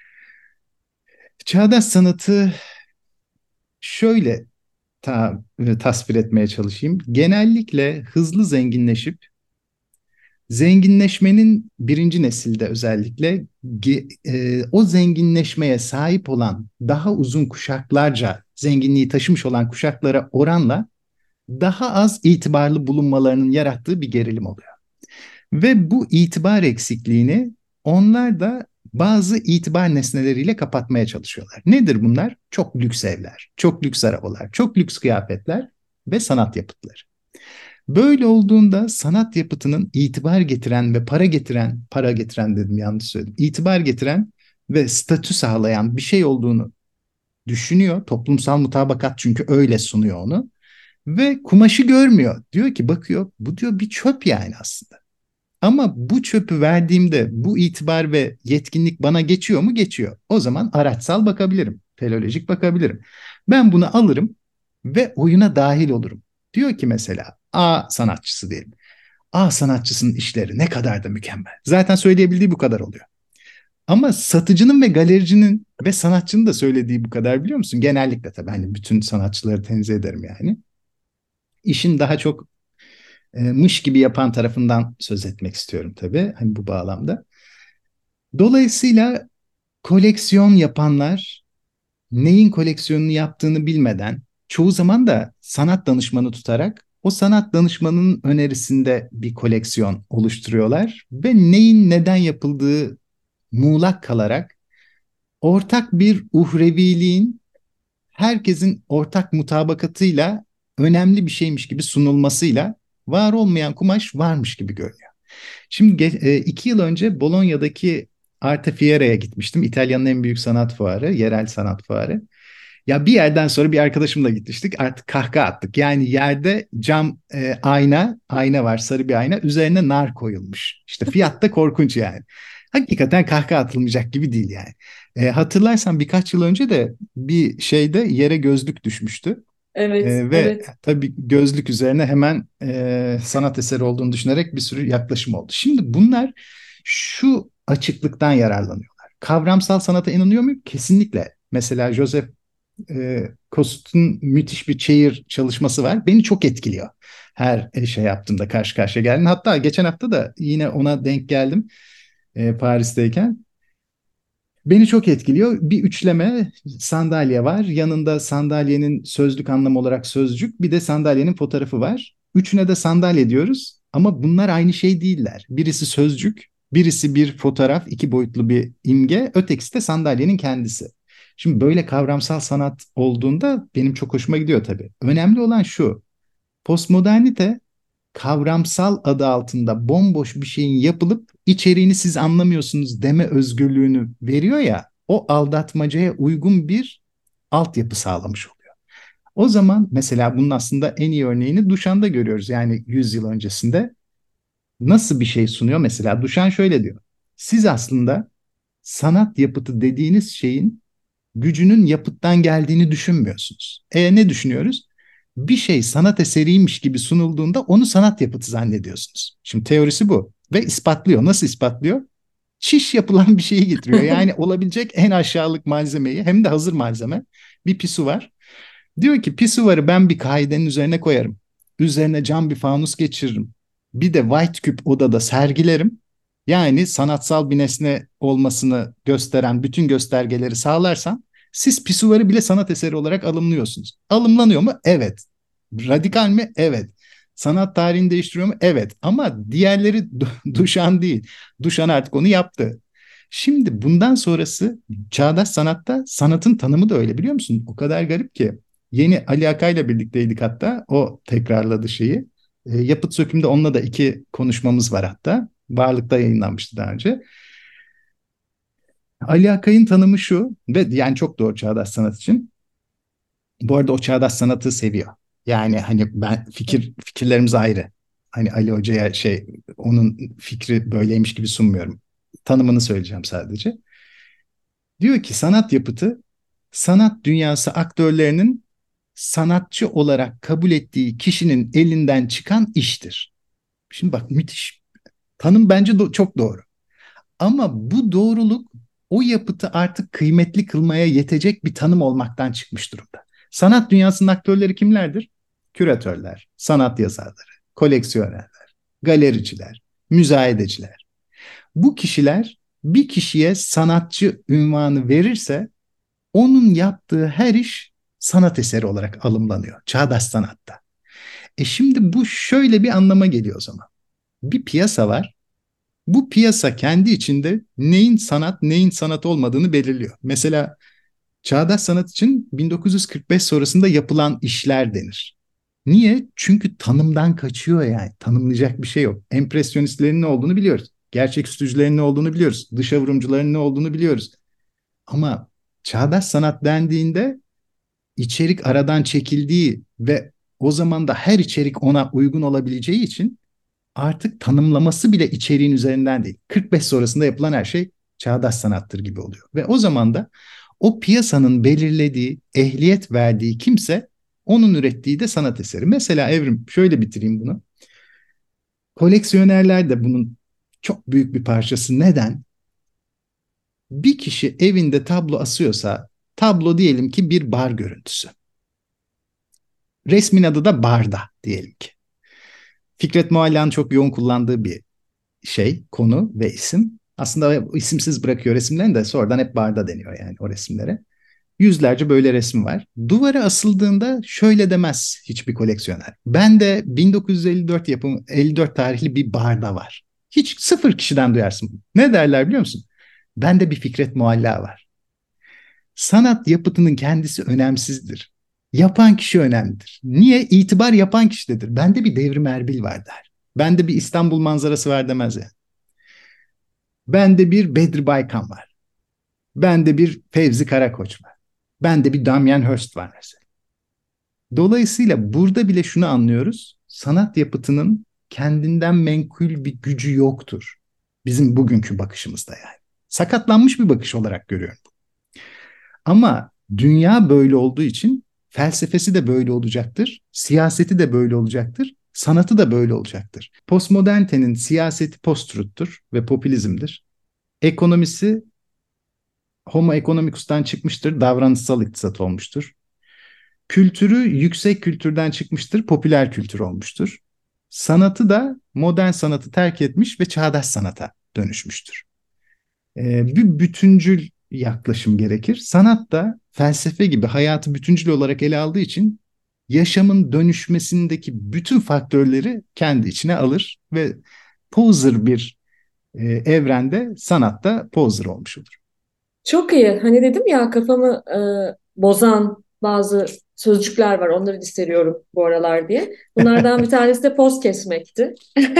Çağdaş sanatı şöyle ta, tasvir etmeye çalışayım. Genellikle hızlı zenginleşip zenginleşmenin birinci nesilde özellikle e, o zenginleşmeye sahip olan daha uzun kuşaklarca zenginliği taşımış olan kuşaklara oranla daha az itibarlı bulunmalarının yarattığı bir gerilim oluyor. Ve bu itibar eksikliğini onlar da bazı itibar nesneleriyle kapatmaya çalışıyorlar. Nedir bunlar? Çok lüks evler, çok lüks arabalar, çok lüks kıyafetler ve sanat yapıtları. Böyle olduğunda sanat yapıtının itibar getiren ve para getiren, para getiren dedim yanlış söyledim, itibar getiren ve statü sağlayan bir şey olduğunu düşünüyor. Toplumsal mutabakat çünkü öyle sunuyor onu. Ve kumaşı görmüyor. Diyor ki bakıyor bu diyor bir çöp yani aslında. Ama bu çöpü verdiğimde bu itibar ve yetkinlik bana geçiyor mu? Geçiyor. O zaman araçsal bakabilirim. Teleolojik bakabilirim. Ben bunu alırım ve oyuna dahil olurum. Diyor ki mesela A sanatçısı diyelim. A sanatçısının işleri ne kadar da mükemmel. Zaten söyleyebildiği bu kadar oluyor. Ama satıcının ve galericinin ve sanatçının da söylediği bu kadar biliyor musun? Genellikle tabii hani bütün sanatçıları tenzih ederim yani. İşin daha çok e, mış gibi yapan tarafından söz etmek istiyorum tabii hani bu bağlamda. Dolayısıyla koleksiyon yapanlar neyin koleksiyonunu yaptığını bilmeden çoğu zaman da sanat danışmanı tutarak o sanat danışmanının önerisinde bir koleksiyon oluşturuyorlar ve neyin neden yapıldığı muğlak kalarak ortak bir uhreviliğin herkesin ortak mutabakatıyla önemli bir şeymiş gibi sunulmasıyla var olmayan kumaş varmış gibi görünüyor. Şimdi e, iki yıl önce Bolonya'daki Arte Fiera'ya gitmiştim. İtalya'nın en büyük sanat fuarı, yerel sanat fuarı. Ya bir yerden sonra bir arkadaşımla gitmiştik. Artık kahkaha attık. Yani yerde cam e, ayna, ayna var, sarı bir ayna. Üzerine nar koyulmuş. İşte fiyat da korkunç yani. Hakikaten kahkaha atılmayacak gibi değil yani. E, hatırlarsan birkaç yıl önce de bir şeyde yere gözlük düşmüştü. Evet, E, ve evet. tabii gözlük üzerine hemen e, sanat eseri olduğunu düşünerek bir sürü yaklaşım oldu. Şimdi bunlar şu açıklıktan yararlanıyorlar. Kavramsal sanata inanıyor muyum? Kesinlikle. Mesela Joseph e, Kost'un müthiş bir çeyir çalışması var. Beni çok etkiliyor. Her e, şey yaptığımda karşı karşıya geldim. Hatta geçen hafta da yine ona denk geldim e, Paris'teyken. Beni çok etkiliyor. Bir üçleme sandalye var. Yanında sandalyenin sözlük anlamı olarak sözcük, bir de sandalyenin fotoğrafı var. Üçüne de sandalye diyoruz ama bunlar aynı şey değiller. Birisi sözcük, birisi bir fotoğraf, iki boyutlu bir imge, ötekisi de sandalyenin kendisi. Şimdi böyle kavramsal sanat olduğunda benim çok hoşuma gidiyor tabii. Önemli olan şu, postmodernite kavramsal adı altında bomboş bir şeyin yapılıp içeriğini siz anlamıyorsunuz deme özgürlüğünü veriyor ya, o aldatmacaya uygun bir altyapı sağlamış oluyor. O zaman mesela bunun aslında en iyi örneğini Duşan'da görüyoruz. Yani yüz yıl öncesinde nasıl bir şey sunuyor? Mesela Duşan şöyle diyor. Siz aslında sanat yapıtı dediğiniz şeyin gücünün yapıttan geldiğini düşünmüyorsunuz. E ne düşünüyoruz? Bir şey sanat eseriymiş gibi sunulduğunda onu sanat yapıtı zannediyorsunuz. Şimdi teorisi bu ve ispatlıyor. Nasıl ispatlıyor? Çiş yapılan bir şeyi getiriyor. Yani olabilecek en aşağılık malzemeyi, hem de hazır malzeme, bir pisuvar. Diyor ki pisuvarı ben bir kaidenin üzerine koyarım. Üzerine cam bir fanus geçiririm. Bir de white küp odada sergilerim. Yani sanatsal bir nesne olmasını gösteren bütün göstergeleri sağlarsam siz pisuvarı bile sanat eseri olarak alımlıyorsunuz. Alımlanıyor mu? Evet. Radikal mi? Evet. Sanat tarihini değiştiriyor mu? Evet. Ama diğerleri Duşan değil. Duşan artık onu yaptı. Şimdi bundan sonrası çağdaş sanatta sanatın tanımı da öyle biliyor musun? O kadar garip ki. Yeni Ali Akay'la birlikteydik hatta. O tekrarladı şeyi. E, yapıt sökümde onunla da iki konuşmamız var hatta. Varlıkta yayınlanmıştı daha önce. Ali Akay'ın tanımı şu ve yani çok doğru çağdaş sanat için. Bu arada o çağdaş sanatı seviyor. Yani hani ben fikir fikirlerimiz ayrı. Hani Ali Hoca'ya şey onun fikri böyleymiş gibi sunmuyorum. Tanımını söyleyeceğim sadece. Diyor ki sanat yapıtı sanat dünyası aktörlerinin sanatçı olarak kabul ettiği kişinin elinden çıkan iştir. Şimdi bak müthiş. Tanım bence do- çok doğru. Ama bu doğruluk o yapıtı artık kıymetli kılmaya yetecek bir tanım olmaktan çıkmış durumda. Sanat dünyasının aktörleri kimlerdir? Küratörler, sanat yazarları, koleksiyonerler, galericiler, müzayedeciler. Bu kişiler bir kişiye sanatçı ünvanı verirse onun yaptığı her iş sanat eseri olarak alımlanıyor çağdaş sanatta. E şimdi bu şöyle bir anlama geliyor o zaman. Bir piyasa var. Bu piyasa kendi içinde neyin sanat, neyin sanat olmadığını belirliyor. Mesela çağdaş sanat için bin dokuz yüz kırk beş sonrasında yapılan işler denir. Niye? Çünkü tanımdan kaçıyor yani. Tanımlayacak bir şey yok. Empresyonistlerin ne olduğunu biliyoruz. Gerçeküstücülerin ne olduğunu biliyoruz. Dışa vurumcuların ne olduğunu biliyoruz. Ama çağdaş sanat dendiğinde içerik aradan çekildiği ve O zaman da her içerik ona uygun olabileceği için artık tanımlaması bile içeriğin üzerinden değil. kırk beş sonrasında yapılan her şey çağdaş sanattır gibi oluyor. Ve o zaman da o piyasanın belirlediği, ehliyet verdiği kimse onun ürettiği de sanat eseri. Mesela Evrim, şöyle bitireyim bunu. Koleksiyonerler de bunun çok büyük bir parçası. Neden? Bir kişi evinde tablo asıyorsa, tablo diyelim ki bir bar görüntüsü. Resmin adı da Barda diyelim ki. Fikret Muallak'ın çok yoğun kullandığı bir şey, konu ve isim. Aslında isimsiz bırakıyor resimlerini de sonradan hep Barda deniyor yani o resimlere. Yüzlerce böyle resim var. Duvara asıldığında şöyle demez hiçbir koleksiyoner. Ben de bin dokuz yüz elli dört yapım, elli dört tarihli bir Barda var. Hiç sıfır kişiden duyarsın. Ne derler biliyor musun? Bende bir Fikret Muallak var. Sanat yapıtının kendisi önemsizdir. Yapan kişi önemlidir. Niye? İtibar yapan kişidedir. Bende bir Devrim Erbil var der. Bende bir İstanbul manzarası var demez yani. Bende bir Bedri Baykan var. Bende bir Fevzi Karakoç var. Bende bir Damien Hirst var mesela. Dolayısıyla burada bile şunu anlıyoruz. Sanat yapıtının kendinden menkul bir gücü yoktur. Bizim bugünkü bakışımızda yani. Sakatlanmış bir bakış olarak görüyorum. Ama dünya böyle olduğu için felsefesi de böyle olacaktır, siyaseti de böyle olacaktır, sanatı da böyle olacaktır. Postmodernitenin siyaseti post-truth'tur ve popülizmdir. Ekonomisi Homo economicus'tan çıkmıştır, davranışsal iktisat olmuştur. Kültürü yüksek kültürden çıkmıştır, popüler kültür olmuştur. Sanatı da modern sanatı terk etmiş ve çağdaş sanata dönüşmüştür. Ee, bir bütüncül yaklaşım gerekir. Sanat da felsefe gibi hayatı bütüncül olarak ele aldığı için yaşamın dönüşmesindeki bütün faktörleri kendi içine alır ve poser bir e, evrende sanatta poser olmuş olur. Çok iyi. Hani dedim ya kafamı e, bozan bazı sözcükler var. Onları listeliyorum bu aralar diye. Bunlardan bir tanesi de poz kesmekti.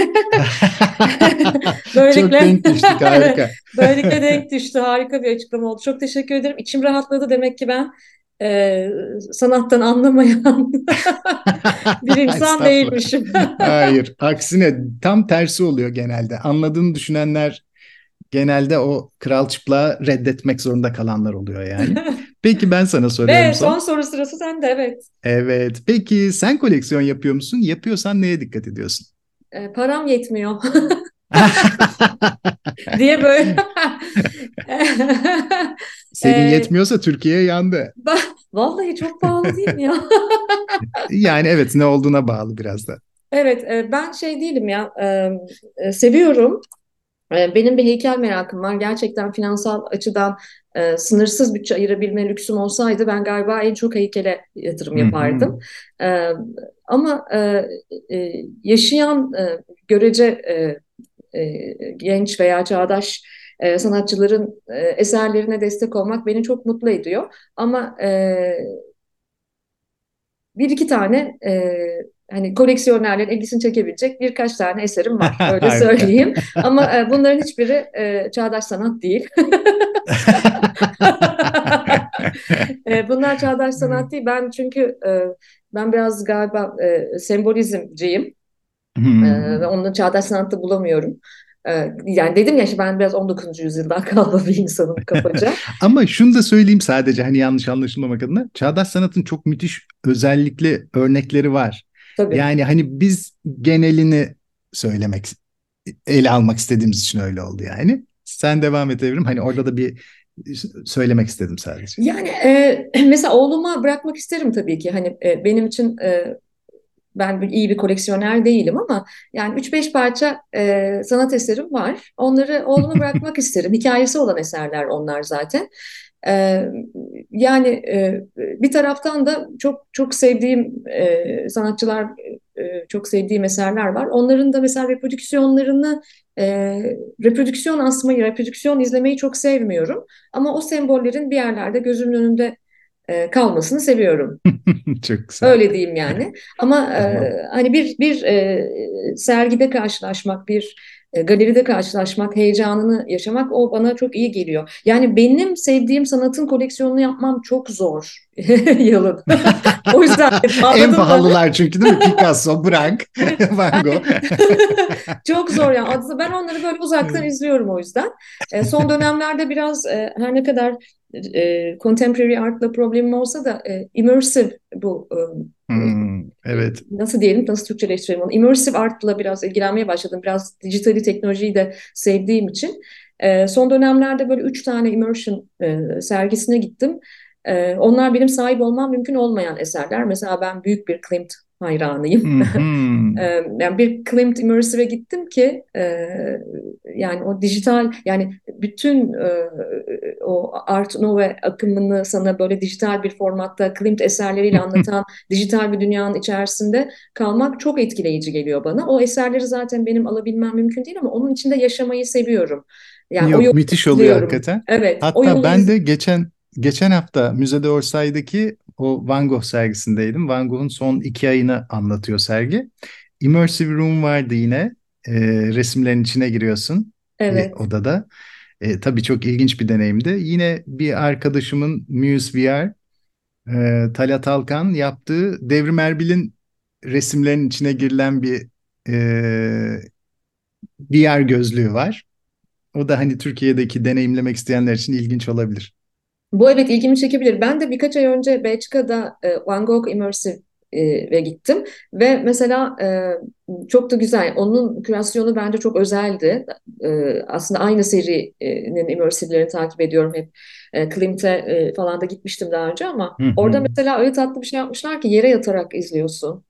Çok Böylelikle denk düştük, harika. böylelikle denk düştü. Harika bir açıklama oldu. Çok teşekkür ederim. İçim rahatladı. Demek ki ben e, sanattan anlamayan bir insan Estağfurullah. değilmişim. Hayır, aksine tam tersi oluyor genelde. Anladığını düşünenler genelde o kral çıplağı reddetmek zorunda kalanlar oluyor yani. Peki ben sana soruyorum Ve son son. soru sırası sende, evet. Evet. Peki sen koleksiyon yapıyor musun? Yapıyorsan neye dikkat ediyorsun? E, param yetmiyor diye böyle. Senin e, yetmiyorsa Türkiye yandı. ben, vallahi çok pahalı değil mi ya? Yani evet, ne olduğuna bağlı biraz da. Evet, e, ben şey değilim ya. E, e, seviyorum. E, benim bir heykel merakım var. Gerçekten finansal açıdan e, sınırsız bütçe ayırabilme lüksüm olsaydı ben galiba en çok heykele yatırım Hı hı. yapardım. E, ama e, e, yaşayan e, görece e, e, genç veya çağdaş e, sanatçıların e, eserlerine destek olmak beni çok mutlu ediyor. Ama e, bir iki tane e, hani koleksiyonerlerin ilgisini çekebilecek birkaç tane eserim var. Öyle Harika. söyleyeyim. Ama e, bunların hiçbiri e, çağdaş sanat değil. E, bunlar çağdaş sanat değil. Ben çünkü e, ben biraz galiba e, sembolizmciyim. E, ve Hmm. onu çağdaş sanatta bulamıyorum. E, yani dedim ya işte ben biraz on dokuzuncu yüzyıldan kalma bir insanım kafaca. Ama şunu da söyleyeyim, sadece hani yanlış anlaşılmamak adına. Çağdaş sanatın çok müthiş özellikli örnekleri var. Tabii. Yani hani biz genelini söylemek, ele almak istediğimiz için öyle oldu yani. Sen devam et Evrim. Hani orada da bir söylemek istedim sadece. Yani e, mesela oğluma bırakmak isterim tabii ki. Hani e, benim için e, ben bir, iyi bir koleksiyoner değilim ama yani üç beş parça e, sanat eserim var. Onları oğluma bırakmak isterim. Hikayesi olan eserler onlar zaten. E, yani e, bir taraftan da çok çok sevdiğim e, sanatçılar, e, çok sevdiğim eserler var. Onların da mesela reprodüksiyonlarını e, reprodüksiyon asmayı, reprodüksiyon izlemeyi çok sevmiyorum. Ama o sembollerin bir yerlerde gözümün önünde e, kalmasını seviyorum. Çok güzel. Öyle diyeyim yani. Ama e, Tamam. hani bir bir e, sergide karşılaşmak, bir e, galeride karşılaşmak, heyecanını yaşamak o bana çok iyi geliyor. Yani benim sevdiğim sanatın koleksiyonunu yapmam çok zor Yalın. O yüzden En anladın mı? pahalılar çünkü değil mi? Picasso, Brank, Evet. Van Gogh. Yani çok zor yani. Aslında ben onları böyle uzaktan izliyorum o yüzden. E, son dönemlerde biraz e, her ne kadar e, contemporary art'la problemim olsa da e, immersive bu e, Hmm, e, evet. nasıl diyelim, nasıl Türkçeleştirelim onu. Immersive art'la biraz ilgilenmeye başladım. Biraz dijitali teknolojiyi de sevdiğim için. E, son dönemlerde böyle üç tane immersion e, sergisine gittim. E, onlar benim sahip olmam mümkün olmayan eserler. Mesela ben büyük bir Klimt hayranıyım. Mhm. Ee, Yani bir Klimt Immersive'e gittim ki e, yani o dijital, yani bütün e, o Art Nouveau akımını sana böyle dijital bir formatta Klimt eserleriyle anlatan dijital bir dünyanın içerisinde kalmak çok etkileyici geliyor bana. O eserleri zaten benim alabilmem mümkün değil ama onun içinde yaşamayı seviyorum. Yani o Yok, yolu müthiş oluyor izliyorum. hakikaten. Evet, o Hatta yolu ben iz... de geçen geçen hafta Müzede Orsay'daki o Van Gogh sergisindeydim. Van Gogh'un son iki ayını anlatıyor sergi. Immersive Room vardı yine. Ee, resimlerin içine giriyorsun bir Evet. odada. Ee, tabii çok ilginç bir deneyimdi. Yine bir arkadaşımın Muse V R, e, Talat Alkan yaptığı Devrim Erbil'in resimlerinin içine girilen bir e, V R gözlüğü var. O da hani Türkiye'deki deneyimlemek isteyenler için ilginç olabilir. Bu evet ilgimi çekebilir. Ben de birkaç ay önce Belçika'da e, Van Gogh Immersive e, ve gittim ve mesela e, çok da güzel. Onun kürasyonu bence çok özeldi. E, aslında aynı serinin immersivelerini takip ediyorum hep. E, Klimt'e e, falan da gitmiştim daha önce ama Hı orada hı. mesela öyle tatlı bir şey yapmışlar ki yere yatarak izliyorsun.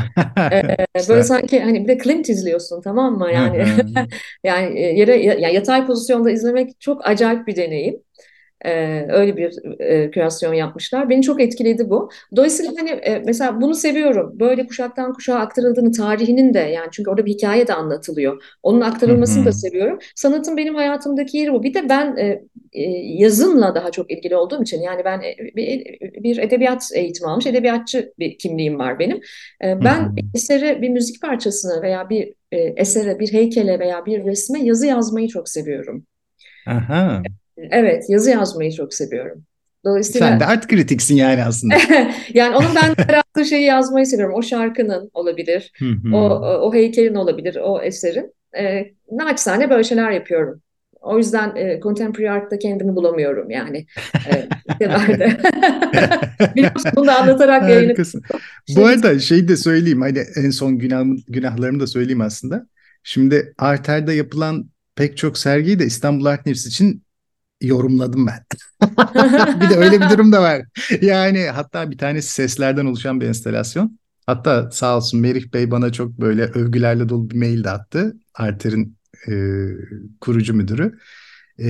E, böyle Güzel. sanki hani bir de Klimt izliyorsun, tamam mı? Hı Yani hı. yani e, yere yani yatay pozisyonda izlemek çok acayip bir deneyim. Ee, öyle bir e, kreasyon yapmışlar. Beni çok etkiledi bu. Dolayısıyla hani e, mesela bunu seviyorum. Böyle kuşaktan kuşağa aktarıldığını, tarihinin de, yani çünkü orada bir hikaye de anlatılıyor. Onun Hı aktarılmasını da hı. seviyorum. Sanatın benim hayatımdaki yeri bu. Bir de ben e, e, yazımla daha çok ilgili olduğum için, yani ben e, bir, bir edebiyat eğitimi almış, edebiyatçı bir kimliğim var benim. E, Hı hı. ben bir eseri, bir müzik parçasını veya bir e, esere, bir heykele veya bir resme yazı yazmayı çok seviyorum. Aha. Evet, yazı yazmayı çok seviyorum. Sen de Dolayısıyla art kritiksin yani aslında. yani onun ben yarattığı şeyi yazmayı seviyorum. O şarkının olabilir, Hı o, hı. o, o heykelin olabilir, o eserin. E, naçizane böyle şeyler yapıyorum. O yüzden e, contemporary art'ta kendimi bulamıyorum yani. E, kenarda. Biliyorsun, bunu da anlatarak yayını Harikasın. Bu işte bit. arada şey de söyleyeyim, hani en son günah, günahlarımı da söyleyeyim aslında. Şimdi Arter'de yapılan pek çok sergiyi de İstanbul Art News için yorumladım ben. Bir de öyle bir durum da var. Yani hatta bir tanesi seslerden oluşan bir enstalasyon. Hatta sağ olsun Merih Bey bana çok böyle övgülerle dolu bir mail de attı. Arter'in e, kurucu müdürü. E,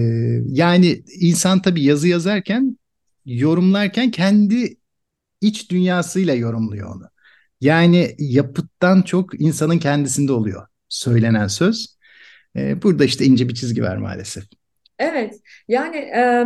Yani insan tabii yazı yazarken, yorumlarken kendi iç dünyasıyla yorumluyor onu. Yani yapıttan çok insanın kendisinde oluyor söylenen söz. E, burada işte ince bir çizgi var maalesef. Evet, yani e,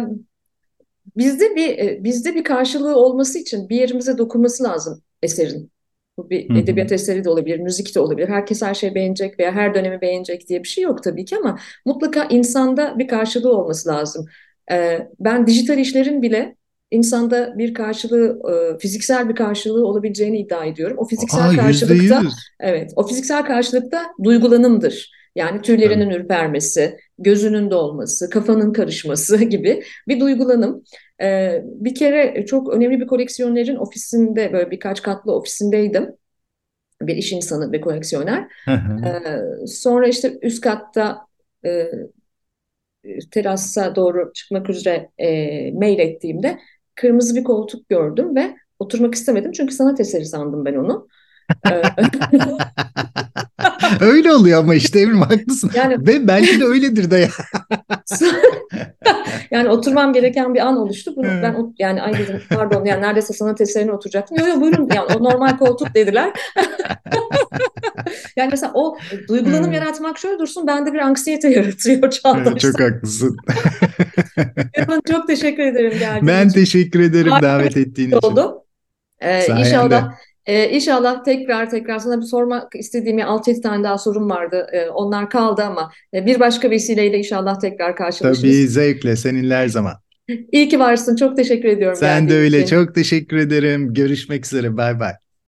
bizde bir e, bizde bir karşılığı olması için bir yerimize dokunması lazım eserin. Bu bir Hı hı. edebiyat eseri de olabilir, müzik de olabilir. Herkes her şeyi beğenecek veya her dönemi beğenecek diye bir şey yok tabii ki ama mutlaka insanda bir karşılığı olması lazım. Ee, ben dijital işlerin bile insanda bir karşılığı, e, fiziksel bir karşılığı olabileceğini iddia ediyorum. O fiziksel Aa, yüzde karşılıkta, yüz. evet, o fiziksel karşılıkta duygulanımdır. Yani Tabii. tüylerinin ürpermesi, gözünün dolması, kafanın karışması gibi bir duygulanım. Ee, bir kere çok önemli bir koleksiyonerin ofisinde, böyle birkaç katlı ofisindeydim. Bir iş insanı ve koleksiyoner. Hı hı. Ee, sonra işte üst katta e, terasa doğru çıkmak üzere e, mail ettiğimde kırmızı bir koltuk gördüm ve oturmak istemedim. Çünkü sanat eseri sandım ben onu. Ee, Öyle oluyor ama işte Evrim, haklısın. yani Ve belki de öyledir de ya. yani oturmam gereken bir an oluştu. Bunu ben o- yani ay dedim, pardon, yani neredeyse sanat eserine oturacaktım. Yok yok, buyurun, yani o normal koltuk dediler. Yani mesela o duygulanım yaratmak şöyle dursun, bende bir anksiyete yaratıyor Çağdaş'ta. Çok haklısın. Yaman, çok teşekkür ederim geldiğin Ben için. teşekkür ederim Harika bir davet ettiğin şey için. oldu. Ee, inşallah Sayende. Ee, inşallah tekrar tekrar sana bir sormak istediğim ya altı yedi tane daha sorum vardı. Ee, onlar kaldı ama e, bir başka vesileyle inşallah tekrar Tabii karşılaşırız. zevkle seninle her zaman. İyi ki varsın. Çok teşekkür ediyorum Sen de geldiğin öyle. için. Çok teşekkür ederim. Görüşmek üzere. Bay bay.